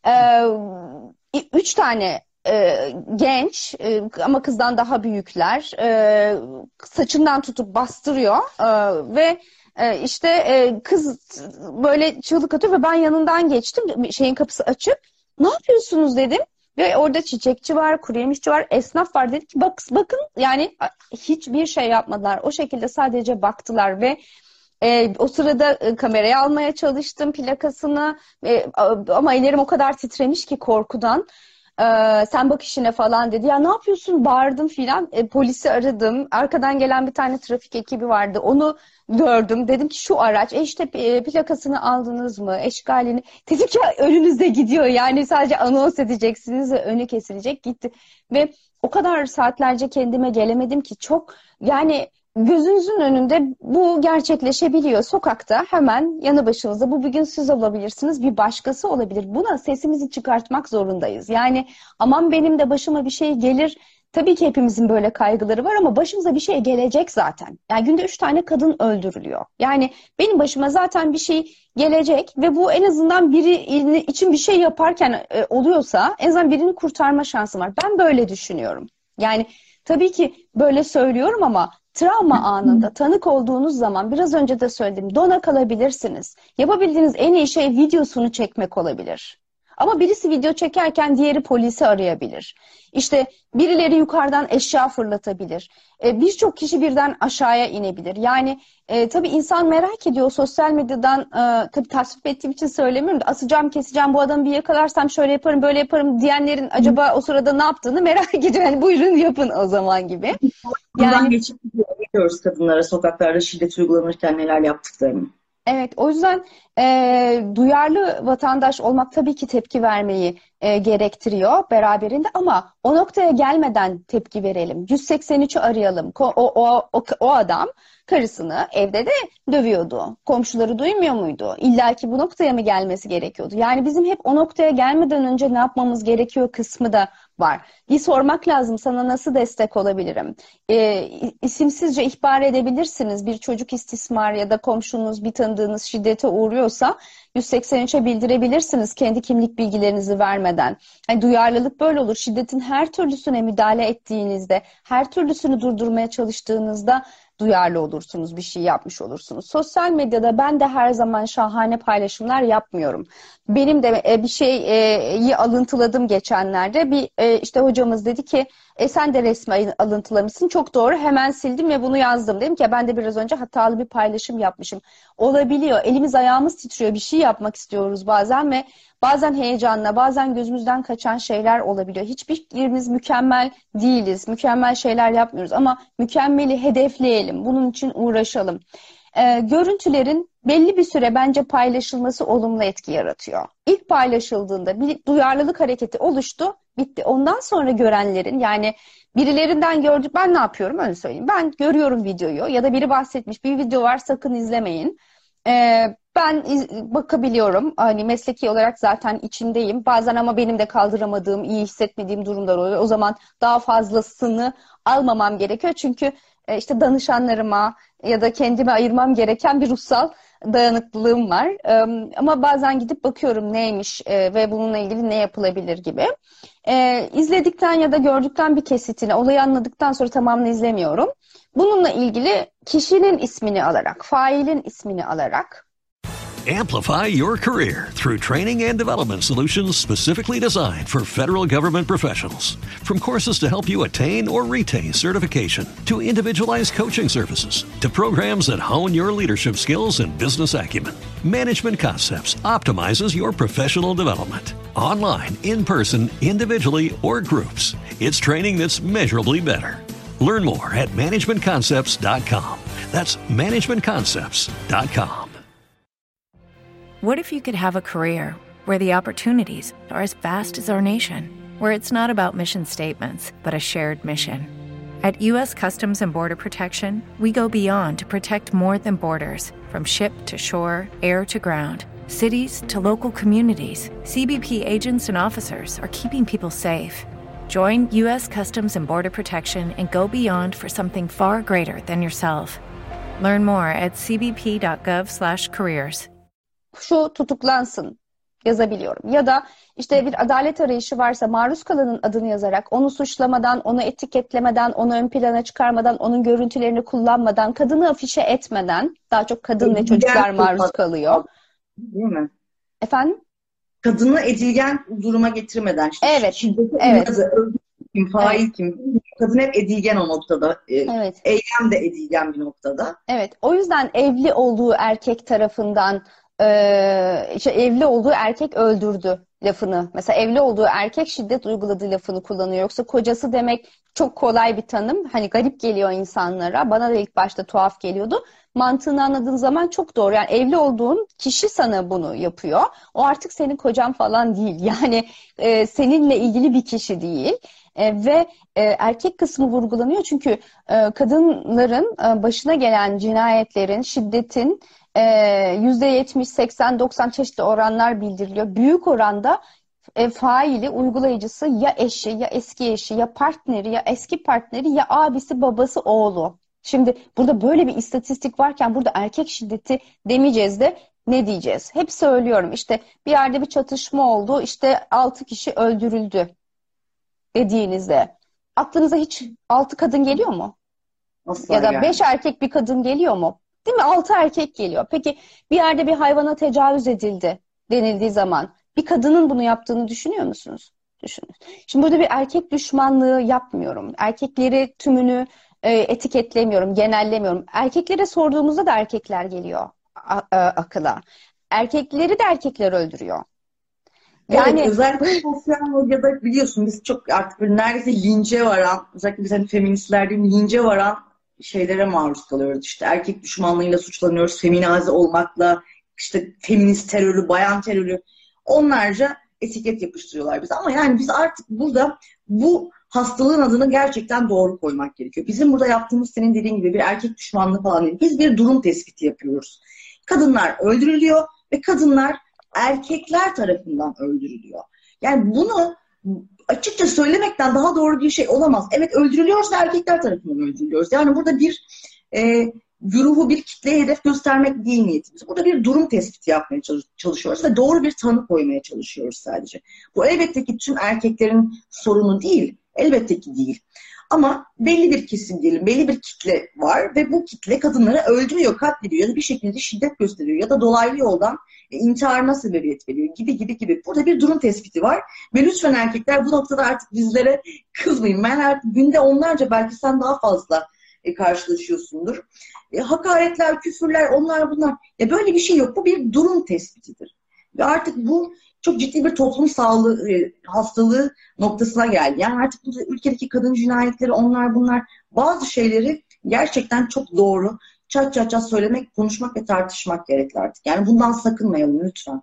3 tane genç ama kızdan daha büyükler saçından tutup bastırıyor ve kız böyle çığlık atıyor ve ben yanından geçtim. Şeyin kapısı açık. Ne yapıyorsunuz dedim. Ve orada çiçekçi var, kuru yemişçi var, esnaf var. Dedik ki bakın, yani hiçbir şey yapmadılar. O şekilde sadece baktılar ve o sırada kameraya almaya çalıştım plakasını ama ellerim o kadar titremiş ki korkudan. Sen bak işine falan dedi. Ya ne yapıyorsun? Bağırdım filan. Polisi aradım. Arkadan gelen bir tane trafik ekibi vardı. Onu gördüm. Dedim ki şu araç. İşte plakasını aldınız mı? Eşkalini. Dedim ki önünüzde gidiyor. Yani sadece anons edeceksiniz ve önü kesilecek. Gitti. Ve o kadar saatlerce kendime gelemedim ki, çok yani gözünüzün önünde bu gerçekleşebiliyor. Sokakta hemen yanı başınızda, bu bugün siz olabilirsiniz, bir başkası olabilir. Buna sesimizi çıkartmak zorundayız. Yani aman benim de başıma bir şey gelir. Tabii ki hepimizin böyle kaygıları var ama başımıza bir şey gelecek zaten. Yani günde 3 tane kadın öldürülüyor. Yani benim başıma zaten bir şey gelecek ve bu en azından biri için bir şey yaparken oluyorsa en azından birini kurtarma şansım var. Ben böyle düşünüyorum. Yani tabii ki böyle söylüyorum ama travma anında tanık olduğunuz zaman, biraz önce de söyledim, dona kalabilirsiniz. Yapabildiğiniz en iyi şey videosunu çekmek olabilir. Ama birisi video çekerken diğeri polisi arayabilir. İşte birileri yukarıdan eşya fırlatabilir. Birçok kişi birden aşağıya inebilir. Yani tabii insan merak ediyor sosyal medyadan, tabii tasvip ettiğim için söylemiyorum da, asacağım, keseceğim, bu adamı bir yakalarsam şöyle yaparım, böyle yaparım diyenlerin acaba o sırada ne yaptığını merak ediyor. Yani buyurun yapın o zaman gibi. Buradan geçip gidiyoruz kadınlara sokaklarda şiddet uygulanırken neler yaptıklarını. Evet, o yüzden duyarlı vatandaş olmak tabii ki tepki vermeyi gerektiriyor beraberinde, ama o noktaya gelmeden tepki verelim. 183'ü arayalım. O adam karısını evde de dövüyordu. Komşuları duymuyor muydu? İlla ki bu noktaya mı gelmesi gerekiyordu? Yani bizim hep o noktaya gelmeden önce ne yapmamız gerekiyor kısmı da var. Bir sormak lazım, sana nasıl destek olabilirim? İsimsizce ihbar edebilirsiniz. Bir çocuk istismarı ya da komşunuz, bir tanıdığınız şiddete uğruyorsa 183'e bildirebilirsiniz kendi kimlik bilgilerinizi vermeden. Yani duyarlılık böyle olur. Şiddetin her türlüsüne müdahale ettiğinizde, her türlüsünü durdurmaya çalıştığınızda duyarlı olursunuz, bir şey yapmış olursunuz. Sosyal medyada ben de her zaman şahane paylaşımlar yapmıyorum. Benim de bir şeyi alıntıladım geçenlerde. İşte hocamız dedi ki sen de resmi alıntılamışsın. Çok doğru. Hemen sildim ve bunu yazdım. Dedim ki ben de biraz önce hatalı bir paylaşım yapmışım. Olabiliyor. Elimiz ayağımız titriyor. Bir şey yapmak istiyoruz bazen ve bazen heyecanla, bazen gözümüzden kaçan şeyler olabiliyor. Hiçbirimiz mükemmel değiliz. Mükemmel şeyler yapmıyoruz ama mükemmeli hedefleyelim. Bunun için uğraşalım. Görüntülerin belli bir süre bence paylaşılması olumlu etki yaratıyor. İlk paylaşıldığında bir duyarlılık hareketi oluştu, bitti. Ondan sonra görenlerin, yani birilerinden gördük, ben ne yapıyorum öyle söyleyeyim. Ben görüyorum videoyu ya da biri bahsetmiş bir video var, sakın izlemeyin. Ben bakabiliyorum. Hani mesleki olarak zaten içindeyim. Bazen ama benim de kaldıramadığım, iyi hissetmediğim durumlar oluyor. O zaman daha fazlasını almamam gerekiyor. Çünkü işte danışanlarıma ya da kendime ayırmam gereken bir ruhsal dayanıklılığım var. Ama bazen gidip bakıyorum neymiş ve bununla ilgili ne yapılabilir gibi. İzledikten ya da gördükten bir kesitini, olayı anladıktan sonra tamamını izlemiyorum. Bununla ilgili kişinin ismini alarak, failin ismini alarak Amplify your career through training and development solutions specifically designed for federal government professionals. From courses to help you attain or retain certification, to individualized coaching services, to programs that hone your leadership skills and business acumen, Management Concepts optimizes your professional development. Online, in person, individually, or groups, it's training that's measurably better. Learn more at managementconcepts.com. That's managementconcepts.com. What if you could have a career where the opportunities are as vast as our nation, where it's not about mission statements, but a shared mission? At U.S. Customs and Border Protection, we go beyond to protect more than borders. From ship to shore, air to ground, cities to local communities, CBP agents and officers are keeping people safe. Join U.S. Customs and Border Protection and go beyond for something far greater than yourself. Learn more at cbp.gov/careers. Şu tutuklansın yazabiliyorum. Ya da işte bir adalet arayışı varsa maruz kalanın adını yazarak, onu suçlamadan, onu etiketlemeden, onu ön plana çıkarmadan, onun görüntülerini kullanmadan, kadını afişe etmeden, daha çok kadın ve çocuklar maruz kalıyor. Değil mi? Efendim? Kadını edilgen duruma getirmeden. İşte evet. Şiddete evet. Kim, fail kim? Kadın hep edilgen o noktada. Evet. Eylem de edilgen bir noktada. Evet. O yüzden evli olduğu erkek tarafından işte evli olduğu erkek öldürdü lafını. Mesela evli olduğu erkek şiddet uyguladığı lafını kullanıyor. Yoksa kocası demek çok kolay bir tanım. Hani garip geliyor insanlara. Bana da ilk başta tuhaf geliyordu. Mantığını anladığın zaman çok doğru. Yani evli olduğun kişi sana bunu yapıyor. O artık senin kocan falan değil. Yani seninle ilgili bir kişi değil. Ve erkek kısmı vurgulanıyor. Çünkü kadınların başına gelen cinayetlerin, şiddetin %70, 80, 90 çeşitli oranlar bildiriliyor. Büyük oranda faili, uygulayıcısı ya eşi, ya eski eşi, ya partneri, ya eski partneri, ya abisi, babası, oğlu. Şimdi burada böyle bir istatistik varken burada erkek şiddeti demeyeceğiz de ne diyeceğiz? Hep söylüyorum, işte bir yerde bir çatışma oldu, işte 6 kişi öldürüldü dediğinizde aklınıza hiç 6 kadın geliyor mu? Asla ya da yani. 5 erkek bir kadın geliyor mu? Değil mi? 6 erkek geliyor. Peki bir yerde bir hayvana tecavüz edildi denildiği zaman bir kadının bunu yaptığını düşünüyor musunuz? Düşünün. Şimdi burada bir erkek düşmanlığı yapmıyorum. Erkekleri tümünü etiketlemiyorum, genellemiyorum. Erkeklere sorduğumuzda da erkekler geliyor akıla. Erkekleri de erkekler öldürüyor. Yani evet, özellikle sosyal medyada biliyorsun biz çok artık böyle neredeyse lince varan, özellikle biz hani feministler değil mi, lince varan şeylere maruz kalıyoruz. İşte erkek düşmanlığıyla suçlanıyoruz, feminazi olmakla, işte feminist terörü, bayan terörü, onlarca etiket yapıştırıyorlar bize. Ama yani biz artık burada bu hastalığın adını gerçekten doğru koymak gerekiyor. Bizim burada yaptığımız senin dediğin gibi bir erkek düşmanlığı falan değil. Biz bir durum tespiti yapıyoruz. Kadınlar öldürülüyor ve kadınlar erkekler tarafından öldürülüyor. Yani bunu açıkça söylemekten daha doğru bir şey olamaz. Evet, öldürülüyorsa erkekler tarafından öldürülüyoruz. Yani burada bir güruhu, bir kitleye hedef göstermek değil niyetimiz. Burada bir durum tespiti yapmaya çalışıyoruz ve doğru bir tanı koymaya çalışıyoruz sadece. Bu elbette ki tüm erkeklerin sorunu değil. Elbette ki değil. Ama belli bir kesim diyelim, belli bir kitle var ve bu kitle kadınları öldürüyor, katlediyor ya da bir şekilde şiddet gösteriyor ya da dolaylı yoldan intiharına sebebiyet veriyor gibi. Burada bir durum tespiti var ve lütfen erkekler bu noktada artık bizlere kızmayın. Ben artık günde onlarca, belki sen daha fazla karşılaşıyorsundur. Hakaretler, küfürler, onlar bunlar. Ya böyle bir şey yok. Bu bir durum tespitidir. Ve artık bu çok ciddi bir toplum sağlığı hastalığı noktasına geldi. Yani artık bu ülkedeki kadın cinayetleri, onlar bunlar, bazı şeyleri gerçekten çok doğru çat söylemek, konuşmak ve tartışmak gerekli artık. Yani bundan sakınmayalım lütfen.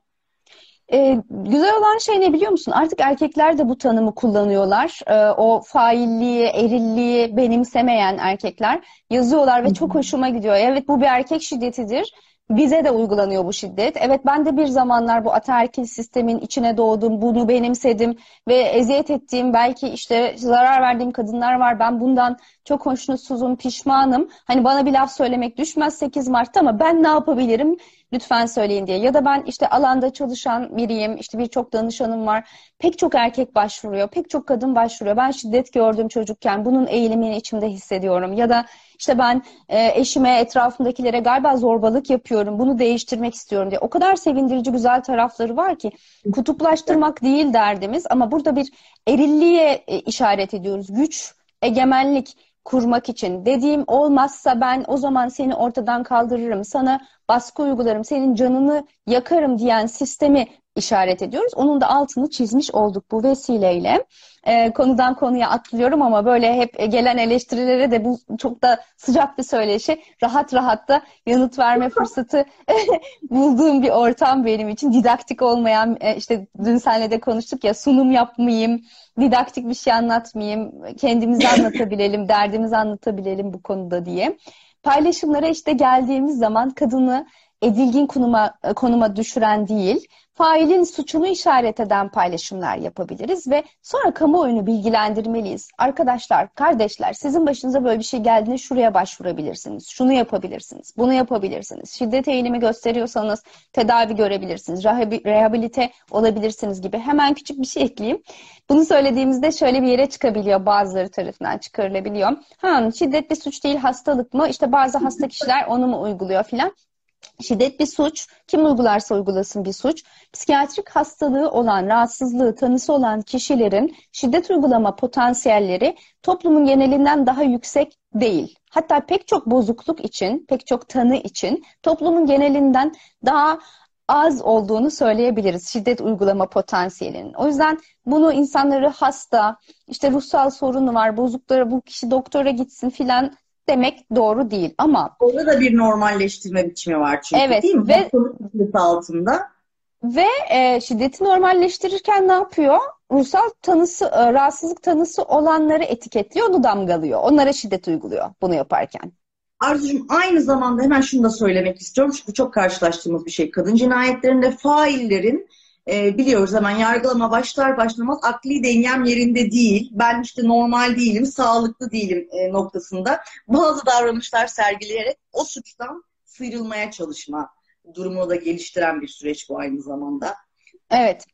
Güzel olan şey ne biliyor musun? Artık erkekler de bu tanımı kullanıyorlar. O failliği, erilliği benimsemeyen erkekler yazıyorlar ve çok hoşuma gidiyor. Evet, bu bir erkek şiddetidir. Bize de uygulanıyor bu şiddet. Evet, ben de bir zamanlar bu ataerkil sistemin içine doğdum, bunu benimsedim ve eziyet ettiğim, belki işte zarar verdiğim kadınlar var. Ben bundan çok hoşnutsuzum, pişmanım. Hani bana bir laf söylemek düşmez 8 Mart'ta ama ben ne yapabilirim? Lütfen söyleyin diye. Ya da ben işte alanda çalışan biriyim, işte birçok danışanım var. Pek çok erkek başvuruyor, pek çok kadın başvuruyor. Ben şiddet gördüm çocukken, bunun eğilimini içimde hissediyorum. Ya da işte ben eşime, etrafımdakilere galiba zorbalık yapıyorum, bunu değiştirmek istiyorum diye. O kadar sevindirici güzel tarafları var ki, kutuplaştırmak değil derdimiz ama burada bir erilliğe işaret ediyoruz. Güç, egemenlik kurmak için. Dediğim olmazsa ben o zaman seni ortadan kaldırırım, sana baskı uygularım, senin canını yakarım diyen sistemi işaret ediyoruz. Onun da altını çizmiş olduk bu vesileyle. Konudan konuya atlıyorum ama böyle hep gelen eleştirilere de bu çok da sıcak bir söyleşi, rahat da yanıt verme fırsatı bulduğum bir ortam benim için. Didaktik olmayan, işte dün seninle de konuştuk ya, sunum yapmayayım, didaktik bir şey anlatmayayım, kendimizi anlatabilelim, derdimizi anlatabilelim bu konuda diye. Paylaşımlara işte geldiğimiz zaman kadını edilgin konuma düşüren değil, failin suçunu işaret eden paylaşımlar yapabiliriz ve sonra kamuoyunu bilgilendirmeliyiz. Arkadaşlar, kardeşler, sizin başınıza böyle bir şey geldiğinde şuraya başvurabilirsiniz, şunu yapabilirsiniz, bunu yapabilirsiniz. Şiddet eğilimi gösteriyorsanız tedavi görebilirsiniz, rehabilite olabilirsiniz gibi. Hemen küçük bir şey ekleyeyim. Bunu söylediğimizde şöyle bir yere çıkabiliyor, bazıları tarafından çıkarılabiliyor. Şiddet bir suç değil, hastalık mı? İşte bazı hasta kişiler onu mu uyguluyor filan. Şiddet bir suç. Kim uygularsa uygulasın bir suç. Psikiyatrik hastalığı olan, rahatsızlığı, tanısı olan kişilerin şiddet uygulama potansiyelleri toplumun genelinden daha yüksek değil. Hatta pek çok bozukluk için, pek çok tanı için toplumun genelinden daha az olduğunu söyleyebiliriz şiddet uygulama potansiyelinin. O yüzden bunu insanları hasta, işte ruhsal sorunu var, bozuklara bu kişi doktora gitsin filan demek doğru değil ama orada da bir normalleştirme biçimi var çünkü, evet, değil mi? Ve altında. Ve şiddeti normalleştirirken ne yapıyor? Ruhsal tanısı, rahatsızlık tanısı olanları etiketliyor, onu damgalıyor. Onlara şiddet uyguluyor bunu yaparken. Arzucuğum, aynı zamanda hemen şunu da söylemek istiyorum. Çünkü çok karşılaştığımız bir şey. Kadın cinayetlerinde faillerin biliyoruz hemen yargılama başlar başlamaz akli dengem yerinde değil, ben işte normal değilim, sağlıklı değilim noktasında bazı davranışlar sergileyerek o suçtan sıyrılmaya çalışma durumunu da geliştiren bir süreç bu aynı zamanda. Evet.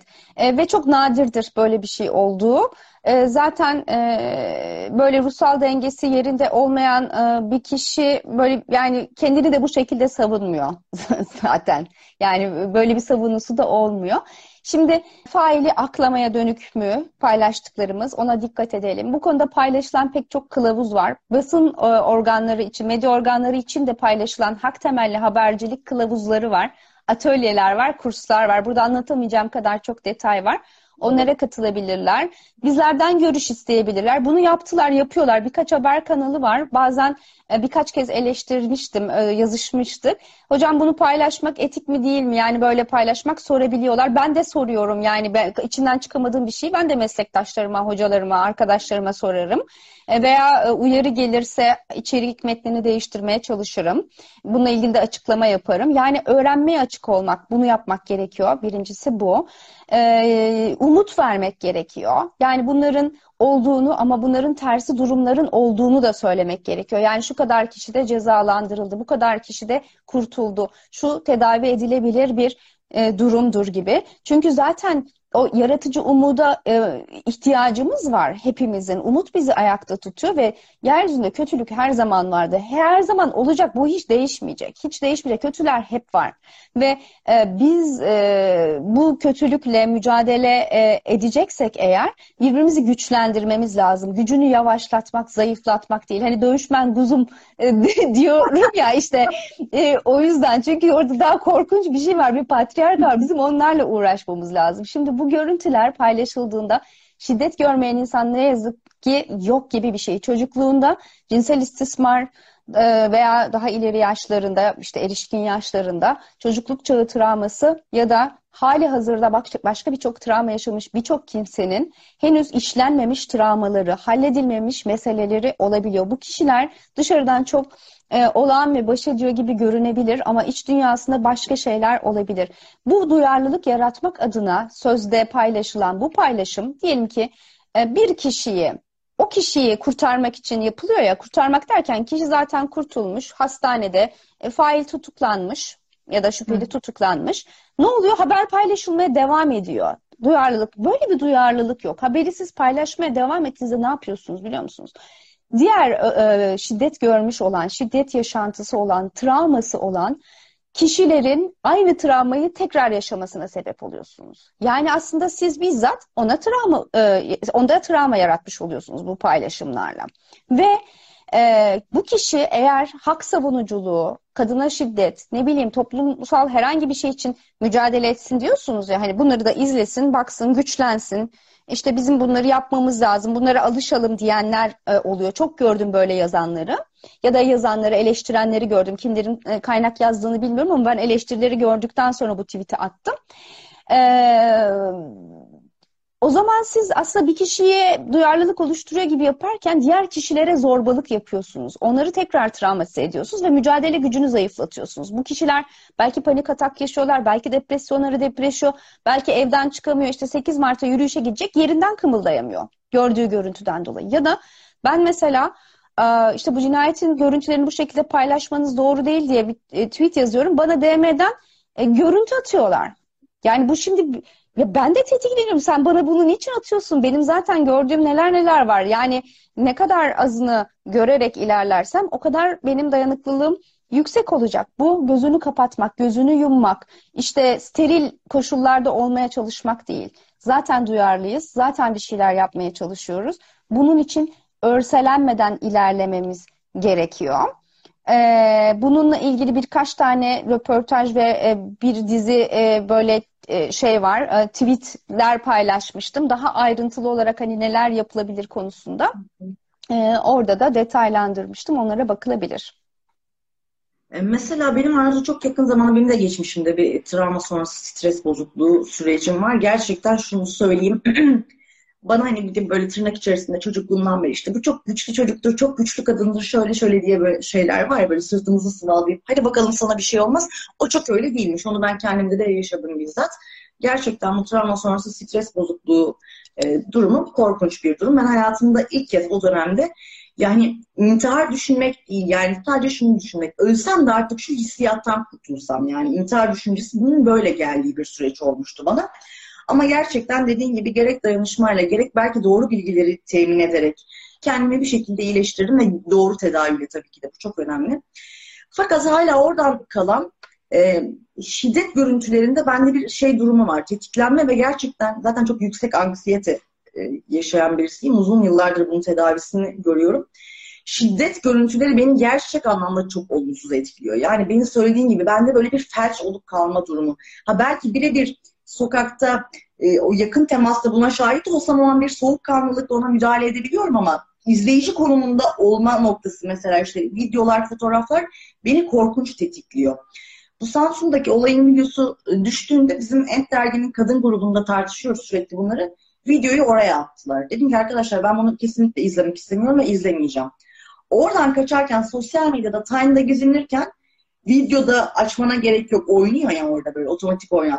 Ve çok nadirdir böyle bir şey olduğu. Zaten böyle ruhsal dengesi yerinde olmayan bir kişi böyle, yani kendini de bu şekilde savunmuyor zaten. Yani böyle bir savunusu da olmuyor. Şimdi faili aklamaya dönük mü paylaştıklarımız, ona dikkat edelim. Bu konuda paylaşılan pek çok kılavuz var. Basın organları için, medya organları için de paylaşılan hak temelli habercilik kılavuzları var. Atölyeler var, kurslar var. Burada anlatamayacağım kadar çok detay var. Onlara katılabilirler. Bizlerden görüş isteyebilirler. Bunu yaptılar, yapıyorlar. Birkaç haber kanalı var. Bazen birkaç kez eleştirmiştim, yazışmıştık. Hocam bunu paylaşmak etik mi değil mi? Yani böyle paylaşmak sorabiliyorlar. Ben de soruyorum. Yani içinden çıkamadığım bir şeyi ben de meslektaşlarıma, hocalarıma, arkadaşlarıma sorarım. Veya uyarı gelirse içerik metnini değiştirmeye çalışırım. Bununla ilgili de açıklama yaparım. Yani öğrenmeye açık olmak, bunu yapmak gerekiyor. Birincisi bu. umut vermek gerekiyor. Yani bunların olduğunu ama bunların tersi durumların olduğunu da söylemek gerekiyor. Yani şu kadar kişi de cezalandırıldı, bu kadar kişi de kurtuldu, şu tedavi edilebilir bir durumdur gibi. Çünkü zaten o yaratıcı umuda ihtiyacımız var hepimizin. Umut bizi ayakta tutuyor ve yeryüzünde kötülük her zaman vardı. Her zaman olacak. Bu hiç değişmeyecek. Hiç değişmeyecek. Kötüler hep var. Ve biz bu kötülükle mücadele edeceksek eğer birbirimizi güçlendirmemiz lazım. Gücünü yavaşlatmak, zayıflatmak değil. Hani dövüşmen kuzum diyorum ya işte o yüzden. Çünkü orada daha korkunç bir şey var. Bir patriark var. Bizim onlarla uğraşmamız lazım. Şimdi bu görüntüler paylaşıldığında şiddet görmeyen insan ne yazık ki yok gibi bir şey. Çocukluğunda cinsel istismar veya daha ileri yaşlarında, işte erişkin yaşlarında çocukluk çağı travması ya da hali hazırda başka birçok travma yaşamış birçok kimsenin henüz işlenmemiş travmaları, halledilmemiş meseleleri olabiliyor. Bu kişiler dışarıdan çok olağan ve baş ediyor gibi görünebilir ama iç dünyasında başka şeyler olabilir. Bu duyarlılık yaratmak adına sözde paylaşılan bu paylaşım diyelim ki bir kişiyi, o kişiyi kurtarmak için yapılıyor ya, kurtarmak derken kişi zaten kurtulmuş, hastanede fail tutuklanmış ya da şüpheli tutuklanmış. Ne oluyor? Haber paylaşılmaya devam ediyor. Duyarlılık, böyle bir duyarlılık yok. Haberi siz paylaşmaya devam ettiğinizde ne yapıyorsunuz biliyor musunuz? Diğer şiddet görmüş olan, şiddet yaşantısı olan, travması olan kişilerin aynı travmayı tekrar yaşamasına sebep oluyorsunuz. Yani aslında siz bizzat onda travma yaratmış oluyorsunuz bu paylaşımlarla. Ve bu kişi eğer hak savunuculuğu, kadına şiddet, ne bileyim toplumsal herhangi bir şey için mücadele etsin diyorsunuz ya, hani bunları da izlesin, baksın, güçlensin. İşte bizim bunları yapmamız lazım, bunlara alışalım diyenler oluyor. Çok gördüm böyle yazanları ya da yazanları, eleştirenleri gördüm. Kimlerin kaynak yazdığını bilmiyorum ama ben eleştirileri gördükten sonra bu tweet'i attım. O zaman siz aslında bir kişiye duyarlılık oluşturuyor gibi yaparken diğer kişilere zorbalık yapıyorsunuz. Onları tekrar travmatize ediyorsunuz ve mücadele gücünü zayıflatıyorsunuz. Bu kişiler belki panik atak yaşıyorlar, belki depresyonları depreşiyor, belki evden çıkamıyor, işte 8 Mart'a yürüyüşe gidecek, yerinden kımıldayamıyor gördüğü görüntüden dolayı. Ya da ben mesela işte bu cinayetin görüntülerini bu şekilde paylaşmanız doğru değil diye bir tweet yazıyorum. Bana DM'den görüntü atıyorlar. Yani bu şimdi... Ya ben de tetikleniyorum. Sen bana bunu niçin atıyorsun? Benim zaten gördüğüm neler neler var. Yani ne kadar azını görerek ilerlersem o kadar benim dayanıklılığım yüksek olacak. Bu gözünü kapatmak, gözünü yummak, işte steril koşullarda olmaya çalışmak değil. Zaten duyarlıyız, zaten bir şeyler yapmaya çalışıyoruz. Bunun için örselenmeden ilerlememiz gerekiyor. Bununla ilgili birkaç tane röportaj ve bir dizi böyle şey var, tweetler paylaşmıştım. Daha ayrıntılı olarak hani neler yapılabilir konusunda. Orada da detaylandırmıştım. Onlara bakılabilir. Mesela benim Arzu çok yakın zamanda benim de geçmişimde bir travma sonrası stres bozukluğu sürecim var. Gerçekten şunu söyleyeyim. Bana hani bir de böyle tırnak içerisinde çocukluğumdan beri işte bu çok güçlü çocuktur, çok güçlü kadındır, şöyle şöyle diye böyle şeyler var ya, böyle sırtımızı sıvalayıp hadi bakalım sana bir şey olmaz. O çok öyle değilmiş. Onu ben kendimde de yaşadım bizzat. Gerçekten bu travma sonrası stres bozukluğu durumu korkunç bir durum. Ben hayatımda ilk kez o dönemde yani intihar düşünmek değil, yani sadece şunu düşünmek. Ölsem de artık şu hissiyattan kurtulsam, yani intihar düşüncesi bunun böyle geldiği bir süreç olmuştu bana. Ama gerçekten dediğin gibi gerek dayanışmayla gerek belki doğru bilgileri temin ederek kendimi bir şekilde iyileştirdim ve doğru tedaviyle tabii ki de bu çok önemli. Fakat hala oradan kalan şiddet görüntülerinde bende bir şey durumu var. Tetiklenme ve gerçekten zaten çok yüksek anksiyete yaşayan birisiyim. Uzun yıllardır bunun tedavisini görüyorum. Şiddet görüntüleri beni gerçek anlamda çok olumsuz etkiliyor. Yani benim söylediğin gibi bende böyle bir felç olup kalma durumu. Belki birebir sokakta o yakın temasta buna şahit olsam o an bir soğukkanlılıkla ona müdahale edebiliyorum ama izleyici konumunda olma noktası, mesela işte videolar, fotoğraflar beni korkunç tetikliyor. Bu Samsun'daki olayın videosu düştüğünde bizim Ent Dergi'nin kadın grubunda tartışıyoruz sürekli bunları. Videoyu oraya attılar. Dedim ki arkadaşlar ben bunu kesinlikle izlemek istemiyorum ve izlemeyeceğim. Oradan kaçarken sosyal medyada Time'da gezinirken videoda açmana gerek yok. Oynuyor ya orada böyle otomatik oynatma.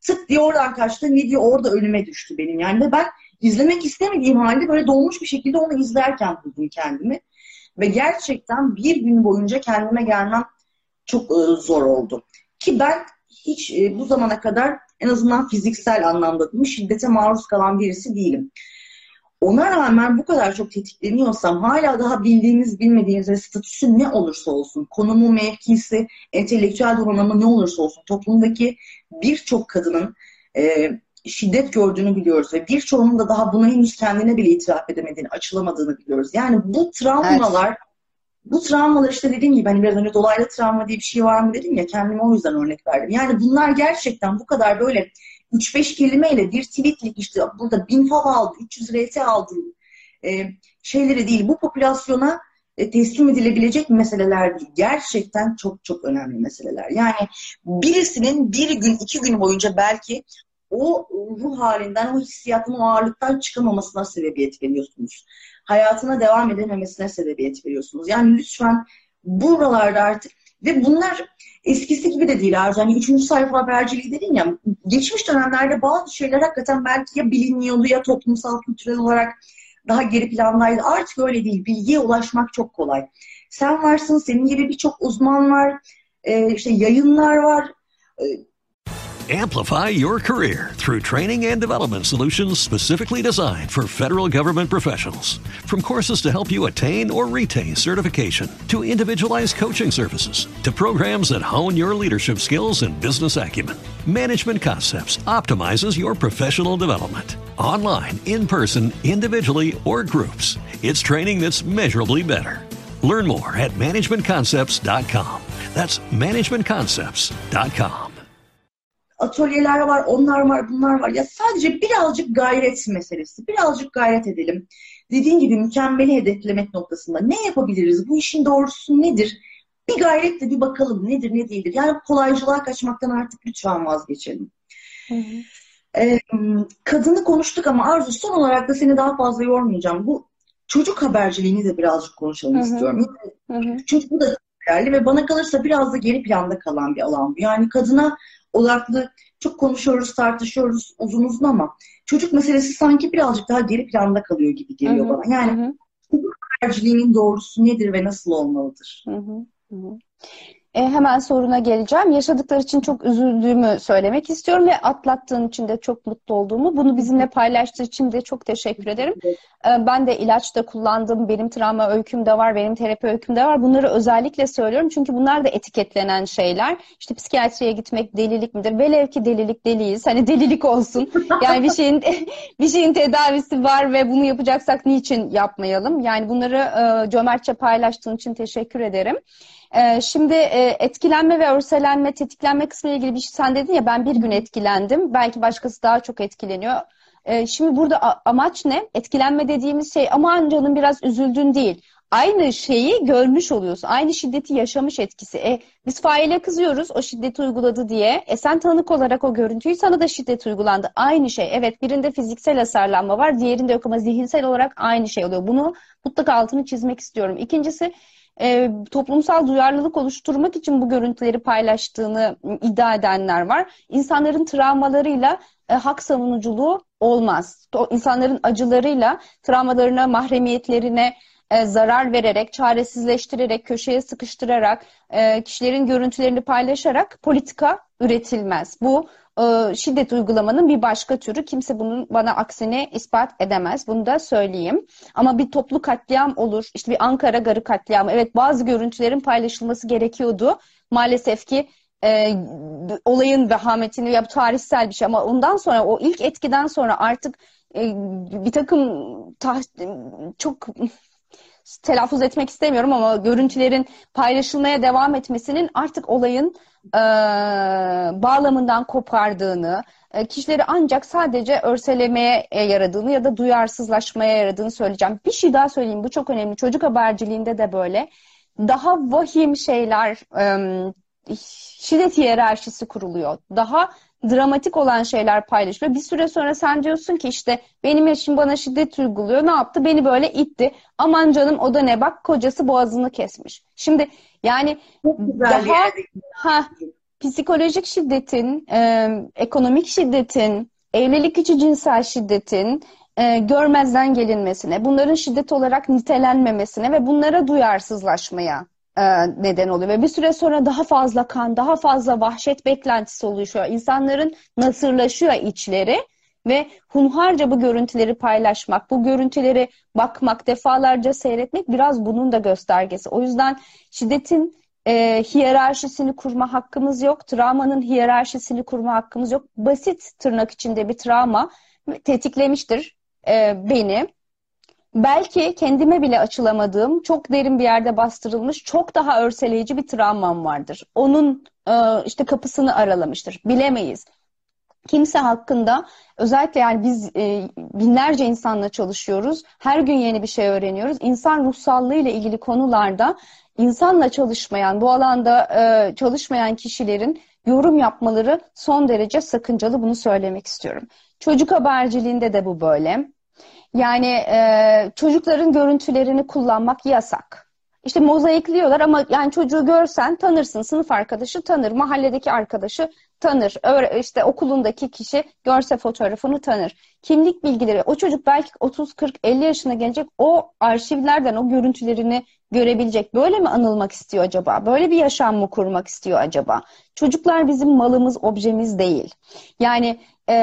tık diye oradan kaçtı, ne diye orada önüme düştü benim. Yani ve ben izlemek istemediğim halde böyle dolmuş bir şekilde onu izlerken buldum kendimi. Ve gerçekten bir gün boyunca kendime gelmem çok zor oldu. Ki ben hiç bu zamana kadar en azından fiziksel anlamda şiddete maruz kalan birisi değilim. Ona rağmen bu kadar çok tetikleniyorsam, hala daha bildiğiniz bilmediğiniz ve statüsü ne olursa olsun, konumu, mevkisi, entelektüel donanımı ne olursa olsun, toplumdaki birçok kadının şiddet gördüğünü biliyoruz ve birçoğunun da daha buna henüz kendine bile itiraf edemediğini, açılamadığını biliyoruz. Yani bu travmalar, evet. Bu travmalar işte dediğim gibi hani biraz önce dolaylı travma diye bir şey var mı dedim ya, kendime o yüzden örnek verdim. Yani bunlar gerçekten bu kadar böyle 3-5 kelimeyle bir tweetlik işte burada 1000 fav aldı, 300 RT aldı şeyleri değil. Bu popülasyona teslim edilebilecek meseleler değil. Gerçekten çok çok önemli meseleler. Yani birisinin bir gün, 2 gün boyunca belki o ruh halinden, o hissiyatın, o ağırlıktan çıkamamasına sebebiyet veriyorsunuz. Hayatına devam edememesine sebebiyet veriyorsunuz. Yani lütfen buralarda artık, ve bunlar eskisi gibi de değil Arzu. Hani 3. sayfa haberciliği dedin ya, geçmiş dönemlerde bazı şeyler hakikaten belki ya bilinmiyordu ya toplumsal, kültürel olarak daha geri plandaydı. Artık öyle değil. Bilgiye ulaşmak çok kolay. Sen varsın, senin gibi birçok uzman var, işte yayınlar var. Amplify your career through training and development solutions specifically designed for federal government professionals. From courses to help you attain or retain certification, to individualized coaching services, to programs that hone your leadership skills and business acumen, Management Concepts optimizes your professional development. Online, in person, individually, or groups, it's training that's measurably better. Learn more at managementconcepts.com. That's managementconcepts.com. Atölyeler var, onlar var, bunlar var. Ya sadece birazcık gayret meselesi. Birazcık gayret edelim. Dediğin gibi mükemmeli hedeflemek noktasında ne yapabiliriz? Bu işin doğrusu nedir? Bir gayretle bir bakalım nedir, ne değildir. Yani kolaycılığa kaçmaktan artık lütfen vazgeçelim. Hı hı. Kadını konuştuk ama Arzu, son olarak da seni daha fazla yormayacağım. Bu çocuk haberciliğini de birazcık konuşalım istiyorum. Hı hı. Çünkü bu da değerli ve bana kalırsa biraz da geri planda kalan bir alan bu. Yani kadına odaklı çok konuşuyoruz, tartışıyoruz uzun ama çocuk meselesi sanki birazcık daha geri planda kalıyor gibi geliyor bana. Yani çocuk haberciliğinin doğrusu nedir ve nasıl olmalıdır? Hemen soruna geleceğim. Yaşadıkları için çok üzüldüğümü söylemek istiyorum ve atlattığın için de çok mutlu olduğumu. Bunu bizimle paylaştığı için de çok teşekkür ederim. Ben de ilaç da kullandım. Benim travma öyküm de var, benim terapi öyküm de var. Bunları özellikle söylüyorum çünkü bunlar da etiketlenen şeyler. İşte psikiyatriye gitmek delilik midir? Velev ki delilik, deliyiz. Hani delilik olsun. Yani bir şeyin tedavisi var ve bunu yapacaksak niçin yapmayalım? Yani bunları cömertçe paylaştığın için teşekkür ederim. Şimdi etkilenme ve örselenme, tetiklenme kısmı ile ilgili bir şey sen dedin ya, ben bir gün etkilendim. Belki başkası daha çok etkileniyor. Şimdi burada amaç ne? Etkilenme dediğimiz şey aman canım biraz üzüldün değil. Aynı şeyi görmüş oluyorsun. Aynı şiddeti yaşamış etkisi. Biz faile kızıyoruz o şiddeti uyguladı diye. Sen tanık olarak o görüntüyü, sana da şiddet uygulandı. Aynı şey. Evet, birinde fiziksel hasarlanma var, diğerinde yok ama zihinsel olarak aynı şey oluyor. Bunu mutlaka altını çizmek istiyorum. İkincisi, toplumsal duyarlılık oluşturmak için bu görüntüleri paylaştığını iddia edenler var. İnsanların travmalarıyla hak savunuculuğu olmaz. İnsanların acılarıyla, travmalarına, mahremiyetlerine zarar vererek, çaresizleştirerek, köşeye sıkıştırarak, kişilerin görüntülerini paylaşarak politika üretilmez. Bu şiddet uygulamanın bir başka türü. Kimse bunun bana aksini ispat edemez. Bunu da söyleyeyim. Ama bir toplu katliam olur. İşte bir Ankara Garı katliamı. Evet, bazı görüntülerin paylaşılması gerekiyordu. Maalesef ki olayın vehametini ya tarihsel bir şey ama ondan sonra, o ilk etkiden sonra artık bir takım çok telaffuz etmek istemiyorum ama görüntülerin paylaşılmaya devam etmesinin artık olayın bağlamından kopardığını, kişileri ancak sadece örselemeye yaradığını ya da duyarsızlaşmaya yaradığını söyleyeceğim. Bir şey daha söyleyeyim, bu çok önemli. Çocuk haberciliğinde de böyle. Daha vahim şeyler, şiddet hiyerarşisi kuruluyor. Daha dramatik olan şeyler paylaşılıyor. Bir süre sonra sen diyorsun ki işte benim eşim bana şiddet uyguluyor. Ne yaptı? Beni böyle itti. Aman canım o da ne, bak kocası boğazını kesmiş. Şimdi yani daha psikolojik şiddetin, ekonomik şiddetin, evlilik içi cinsel şiddetin görmezden gelinmesine, bunların şiddet olarak nitelenmemesine ve bunlara duyarsızlaşmaya neden oluyor. Ve bir süre sonra daha fazla kan, daha fazla vahşet beklentisi oluşuyor. İnsanların nasırlaşıyor içleri ve hunharca bu görüntüleri paylaşmak, bu görüntüleri bakmak, defalarca seyretmek biraz bunun da göstergesi. O yüzden şiddetin hiyerarşisini kurma hakkımız yok. Travmanın hiyerarşisini kurma hakkımız yok. Basit tırnak içinde bir travma tetiklemiştir beni. Belki kendime bile açılamadığım, çok derin bir yerde bastırılmış, çok daha örseleyici bir travmam vardır. Onun işte kapısını aralamıştır. Bilemeyiz. Kimse hakkında, özellikle yani biz binlerce insanla çalışıyoruz. Her gün yeni bir şey öğreniyoruz. İnsan ruhsallığı ile ilgili konularda insanla çalışmayan, bu alanda çalışmayan kişilerin yorum yapmaları son derece sakıncalı. Bunu söylemek istiyorum. Çocuk haberciliğinde de bu böyle. Yani çocukların görüntülerini kullanmak yasak. İşte mozaikliyorlar ama yani çocuğu görsen tanırsın. Sınıf arkadaşı tanır, mahalledeki arkadaşı tanır. İşte okulundaki kişi görse fotoğrafını tanır. Kimlik bilgileri, o çocuk belki 30, 40, 50 yaşına gelecek, o arşivlerden o görüntülerini görebilecek. Böyle mi anılmak istiyor acaba? Böyle bir yaşam mı kurmak istiyor acaba? Çocuklar bizim malımız, objemiz değil. Yani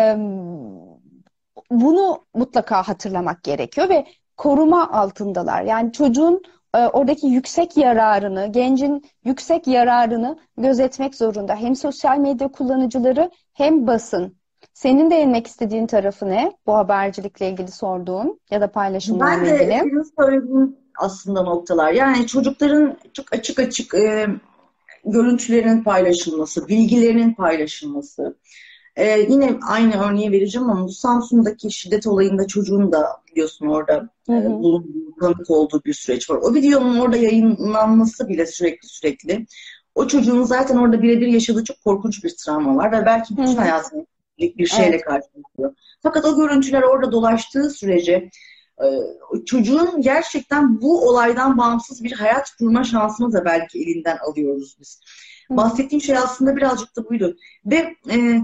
bunu mutlaka hatırlamak gerekiyor ve koruma altındalar. Yani çocuğun oradaki yüksek yararını, gencin yüksek yararını gözetmek zorunda. Hem sosyal medya kullanıcıları hem basın. Senin değinmek istediğin tarafı ne? Bu habercilikle ilgili sorduğun ya da paylaşımlarla ilgili. Ben de senin söylediğin aslında noktalar. Yani çocukların çok açık açık görüntülerinin paylaşılması, bilgilerinin paylaşılması. Yine aynı örneği vereceğim ama bu Samsun'daki şiddet olayında çocuğun da biliyorsun orada bulunduğu, tanık olduğu bir süreç var. O videonun orada yayınlanması bile sürekli. O çocuğun zaten orada birebir yaşadığı çok korkunç bir travma var ve belki bütün hayatını bir şeyle karşılaşıyor. Fakat o görüntüler orada dolaştığı sürece çocuğun gerçekten bu olaydan bağımsız bir hayat kurma şansını da belki elinden alıyoruz biz. Bahsettiğim şey aslında birazcık da buydu. Ve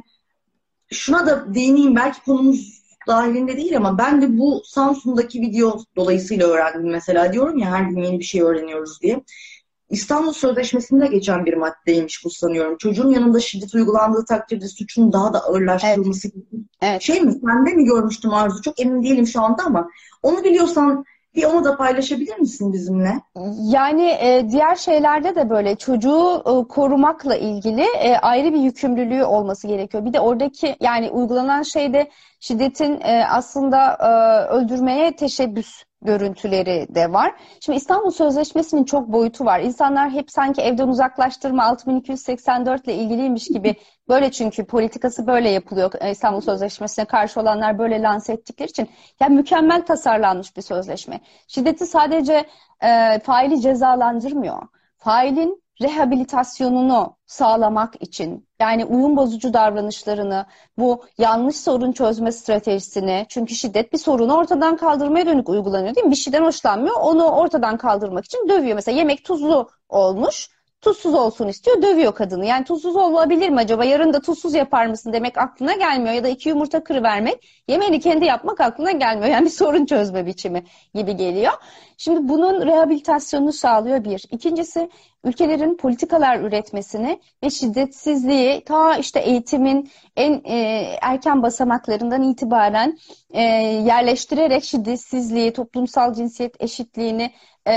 şuna da değineyim, belki konumuz dahilinde değil ama ben de bu Samsun'daki video dolayısıyla öğrendim. Mesela diyorum ya, her gün yeni bir şey öğreniyoruz diye. İstanbul Sözleşmesi'nde geçen bir maddeymiş bu sanıyorum. Çocuğun yanında şiddet uygulandığı takdirde suçun daha da ağırlaştırılması gibi. Evet. Şey mi, sen de mi görmüştüm Arzu? Çok emin değilim şu anda ama onu biliyorsan bir onu da paylaşabilir misin bizimle? Yani diğer şeylerde de böyle çocuğu korumakla ilgili ayrı bir yükümlülüğü olması gerekiyor. Bir de oradaki yani uygulanan şeyde şiddetin aslında öldürmeye teşebbüs görüntüleri de var. Şimdi İstanbul Sözleşmesi'nin çok boyutu var. İnsanlar hep sanki evden uzaklaştırma 6284 ile ilgiliymiş gibi, böyle çünkü politikası böyle yapılıyor. İstanbul Sözleşmesi'ne karşı olanlar böyle lanse ettikleri için. Yani mükemmel tasarlanmış bir sözleşme. Şiddeti sadece faili cezalandırmıyor. Failin rehabilitasyonunu sağlamak için, yani uyum bozucu davranışlarını, bu yanlış sorun çözme stratejisini, çünkü şiddet bir sorunu ortadan kaldırmaya dönük uygulanıyor değil mi? Bir şeyden hoşlanmıyor, onu ortadan kaldırmak için dövüyor. Mesela yemek tuzlu olmuş, tuzsuz olsun istiyor, dövüyor kadını. Yani tuzsuz olabilir mi acaba? Yarın da tuzsuz yapar mısın demek aklına gelmiyor. Ya da 2 yumurta kırıvermek, yemeğini kendi yapmak aklına gelmiyor. Yani bir sorun çözme biçimi gibi geliyor. Şimdi bunun rehabilitasyonunu sağlıyor bir. İkincisi, ülkelerin politikalar üretmesini ve şiddetsizliği ta işte eğitimin en erken basamaklarından itibaren yerleştirerek şiddetsizliği, toplumsal cinsiyet eşitliğini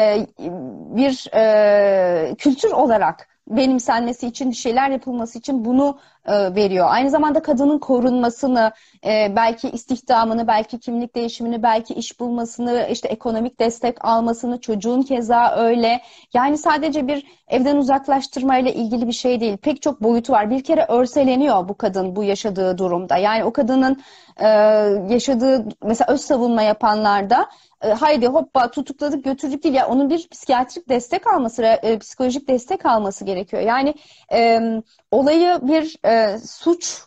bir kültür olarak benimsenmesi için, bir şeyler yapılması için bunu veriyor. Aynı zamanda kadının korunmasını, belki istihdamını, belki kimlik değişimini, belki iş bulmasını, işte ekonomik destek almasını, çocuğun keza öyle. Yani sadece bir evden uzaklaştırmayla ilgili bir şey değil. Pek çok boyutu var. Bir kere örseleniyor bu kadın bu yaşadığı durumda. Yani o kadının yaşadığı, mesela öz savunma yapanlarda haydi hoppa tutukladık götürdük değil ya, onun bir psikiyatrik destek alması, psikolojik destek alması gerekiyor. Yani olayı bir suç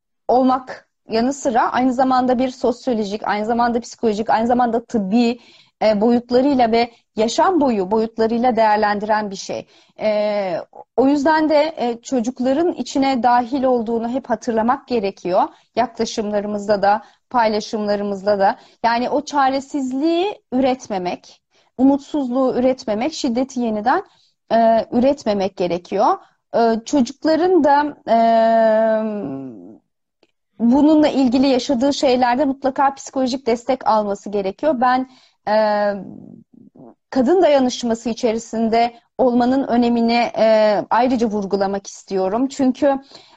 olmak yanı sıra aynı zamanda bir sosyolojik, aynı zamanda psikolojik, aynı zamanda tıbbi boyutlarıyla ve yaşam boyu boyutlarıyla değerlendiren bir şey. O yüzden de çocukların içine dahil olduğunu hep hatırlamak gerekiyor. Yaklaşımlarımızda da, paylaşımlarımızda da. Yani o çaresizliği üretmemek, umutsuzluğu üretmemek, şiddeti yeniden üretmemek gerekiyor. Çocukların da bununla ilgili yaşadığı şeylerde mutlaka psikolojik destek alması gerekiyor. Ben kadın dayanışması içerisinde olmanın önemini ayrıca vurgulamak istiyorum. Çünkü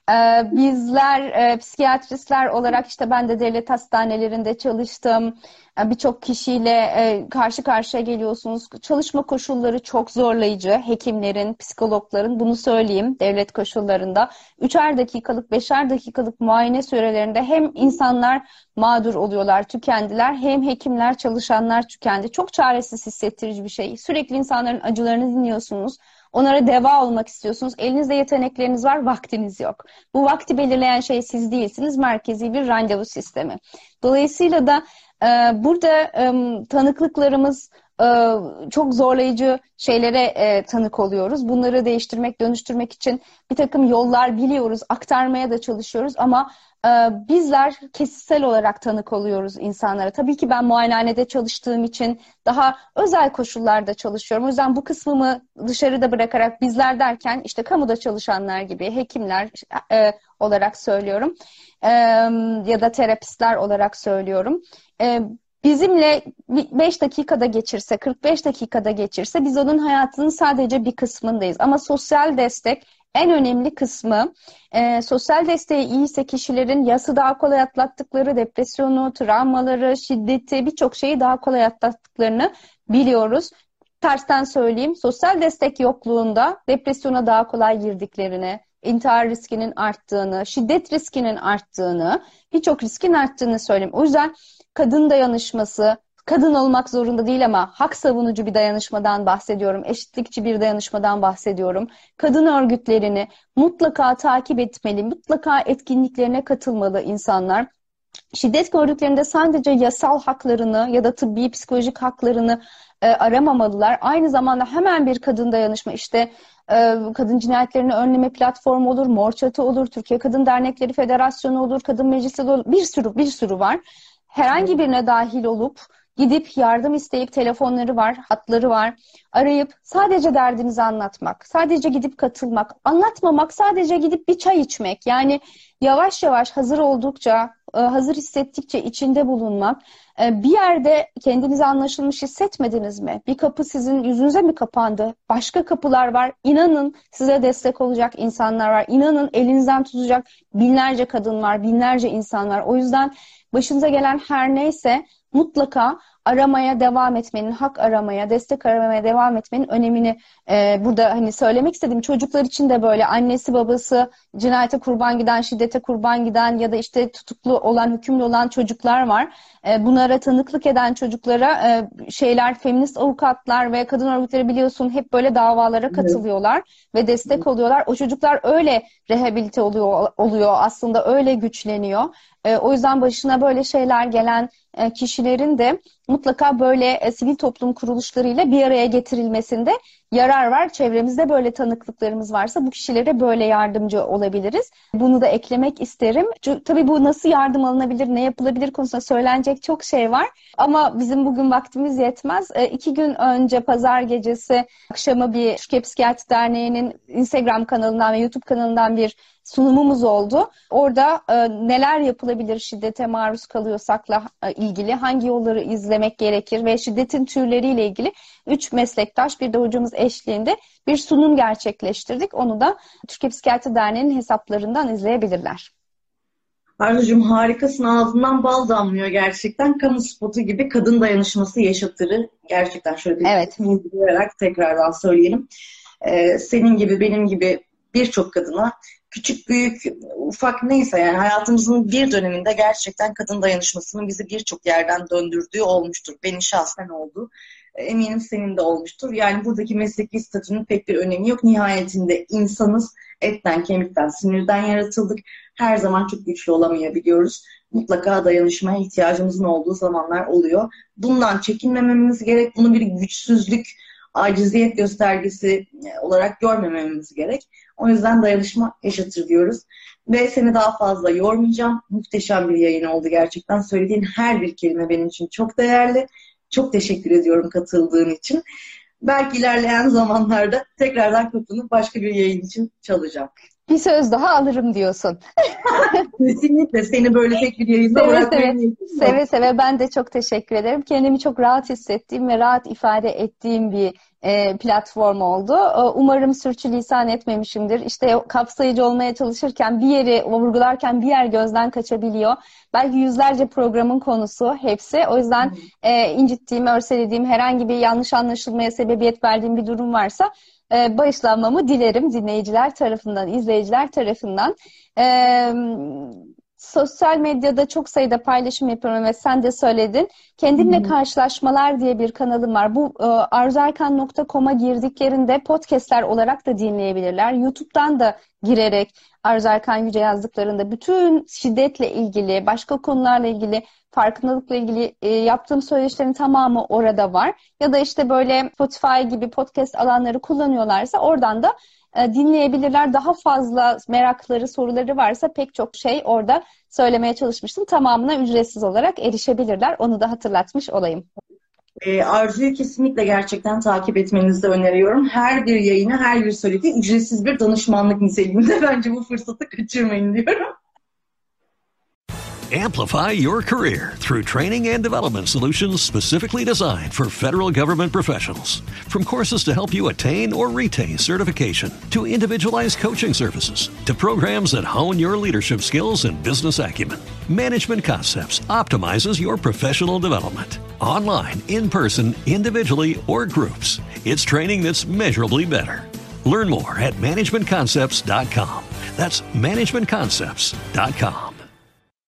bizler psikiyatristler olarak işte ben de devlet hastanelerinde çalıştım. Birçok kişiyle karşı karşıya geliyorsunuz. Çalışma koşulları çok zorlayıcı. Hekimlerin, psikologların, bunu söyleyeyim, devlet koşullarında. 3'er dakikalık, 5'er dakikalık muayene sürelerinde hem insanlar mağdur oluyorlar, tükendiler. Hem hekimler, çalışanlar tükendi. Çok çaresiz hissettirici bir şey. Sürekli insanların acılarını dinliyorsunuz. Onlara deva olmak istiyorsunuz. Elinizde yetenekleriniz var, vaktiniz yok. Bu vakti belirleyen şey siz değilsiniz. Merkezi bir randevu sistemi. Dolayısıyla da burada tanıklıklarımız çok zorlayıcı şeylere tanık oluyoruz. Bunları değiştirmek, dönüştürmek için bir takım yollar biliyoruz, aktarmaya da çalışıyoruz ama bizler kesitsel olarak tanık oluyoruz insanlara. Tabii ki ben muayenehanede çalıştığım için daha özel koşullarda çalışıyorum. O yüzden bu kısmımı dışarıda bırakarak bizler derken işte kamuda çalışanlar gibi hekimler olarak söylüyorum ya da terapistler olarak söylüyorum. Bizimle 5 dakikada geçirse, 45 dakikada geçirse biz onun hayatının sadece bir kısmındayız. Ama sosyal destek en önemli kısmı. Sosyal desteği iyiyse kişilerin yası daha kolay atlattıkları, depresyonu, travmaları, şiddeti, birçok şeyi daha kolay atlattıklarını biliyoruz. Tersten söyleyeyim, sosyal destek yokluğunda depresyona daha kolay girdiklerini, intihar riskinin arttığını, şiddet riskinin arttığını, birçok riskin arttığını söyleyeyim. O yüzden kadın dayanışması, kadın olmak zorunda değil ama hak savunucu bir dayanışmadan bahsediyorum, eşitlikçi bir dayanışmadan bahsediyorum. Kadın örgütlerini mutlaka takip etmeli, mutlaka etkinliklerine katılmalı insanlar. Şiddet gördüklerinde sadece yasal haklarını ya da tıbbi psikolojik haklarını aramamalılar. Aynı zamanda hemen bir kadın dayanışma, işte kadın cinayetlerini önleme platformu olur, Mor Çatı olur, Türkiye Kadın Dernekleri Federasyonu olur, Kadın Meclisi olur, bir sürü var. Herhangi birine dahil olup gidip yardım isteyip, telefonları var, hatları var. Arayıp sadece derdinizi anlatmak, sadece gidip katılmak, anlatmamak, sadece gidip bir çay içmek. Yani yavaş yavaş hazır oldukça, hazır hissettikçe içinde bulunmak. Bir yerde kendinizi anlaşılmış hissetmediniz mi? Bir kapı sizin yüzünüze mi kapandı? Başka kapılar var. İnanın size destek olacak insanlar var. İnanın elinizden tutacak binlerce kadın var, binlerce insan var. O yüzden başınıza gelen her neyse mutlaka aramaya devam etmenin, hak aramaya, destek aramaya devam etmenin önemini burada hani söylemek istedim. Çocuklar için de böyle, annesi babası cinayete kurban giden, şiddete kurban giden ya da işte tutuklu olan, hükümlü olan çocuklar var. Bunlara tanıklık eden çocuklara feminist avukatlar ve kadın örgütleri biliyorsun hep böyle davalara katılıyorlar ve destek oluyorlar. O çocuklar öyle rehabilite oluyor aslında, öyle güçleniyor. O yüzden başına böyle şeyler gelen kişilerin de mutlaka böyle sivil toplum kuruluşlarıyla bir araya getirilmesinde yarar var. Çevremizde böyle tanıklıklarımız varsa bu kişilere böyle yardımcı olabiliriz. Bunu da eklemek isterim. Tabii bu nasıl yardım alınabilir, ne yapılabilir konusunda söylenecek çok şey var. Ama bizim bugün vaktimiz yetmez. 2 gün önce pazar gecesi akşamı bir Türkiye Psikiyatri Derneği'nin Instagram kanalından ve YouTube kanalından bir sunumumuz oldu. Orada neler yapılabilir şiddete maruz kalıyorsakla ilgili, hangi yolları izlemek gerekir ve şiddetin türleriyle ilgili 3 meslektaş bir de hocamız eşliğinde bir sunum gerçekleştirdik. Onu da Türkiye Psikiyatri Derneği'nin hesaplarından izleyebilirler. Arzucuğum harikasın, ağzından bal damlıyor gerçekten. Kamu spotu gibi kadın dayanışması yaşatırı. Gerçekten şöyle bir vurgulayarak tekrardan söyleyelim. Senin gibi, benim gibi birçok kadına, küçük, büyük, ufak neyse yani hayatımızın bir döneminde gerçekten kadın dayanışmasının bizi birçok yerden döndürdüğü olmuştur. Benim şahsen oldu. Eminim senin de olmuştur. Yani buradaki mesleki statünün pek bir önemi yok. Nihayetinde insanız. Etten, kemikten, sinirden yaratıldık. Her zaman çok güçlü olamayabiliyoruz. mutlaka dayanışmaya ihtiyacımızın olduğu zamanlar oluyor. Bundan çekinmememiz gerek. Bunu bir güçsüzlük, aciziyet göstergesi olarak görmememiz gerek. O yüzden dayanışma yaşatır diyoruz. Ve seni daha fazla yormayacağım. Muhteşem bir yayın oldu gerçekten. Söylediğin her bir kelime benim için çok değerli. Çok teşekkür ediyorum katıldığın için. Belki ilerleyen zamanlarda tekrardan katılıp başka bir yayın için çalacağım. Bir söz daha alırım diyorsun. Kesinlikle seni böyle tek bir yayında bırakmayayım. Seve seve ben de çok teşekkür ederim. Kendimi çok rahat hissettiğim ve rahat ifade ettiğim bir platform oldu. Umarım sürçülisan etmemişimdir. İşte kapsayıcı olmaya çalışırken bir yeri vurgularken bir yer gözden kaçabiliyor. Belki yüzlerce programın konusu hepsi. O yüzden incittiğim, örselediğim, herhangi bir yanlış anlaşılmaya sebebiyet verdiğim bir durum varsa bağışlanmamı dilerim dinleyiciler tarafından, izleyiciler tarafından. Sosyal medyada çok sayıda paylaşım yapıyorum ve sen de söyledin. Kendimle Karşılaşmalar diye bir kanalım var. Bu arzuerkan.com'a girdiklerinde podcastler olarak da dinleyebilirler. YouTube'dan da girerek Arzu Erkan Yüce yazdıklarında bütün şiddetle ilgili, başka konularla ilgili, farkındalıkla ilgili yaptığım söyleşilerin tamamı orada var. Ya da işte böyle Spotify gibi podcast alanları kullanıyorlarsa oradan da dinleyebilirler. Daha fazla merakları, soruları varsa pek çok şey orada söylemeye çalışmıştım. Tamamına ücretsiz olarak erişebilirler. Onu da hatırlatmış olayım. Arzu'yu kesinlikle gerçekten takip etmenizi de öneriyorum. Her bir yayını, her bir söylediği ücretsiz bir danışmanlık niteliğinde. Bence bu fırsatı kaçırmayın diyorum. Amplify your career through training and development solutions specifically designed for federal government professionals. From courses to help you attain or retain certification, to individualized coaching services, to programs that hone your leadership skills and business acumen, Management Concepts optimizes your professional development. Online, in person, individually, or groups, it's training that's measurably better. Learn more at managementconcepts.com. That's managementconcepts.com.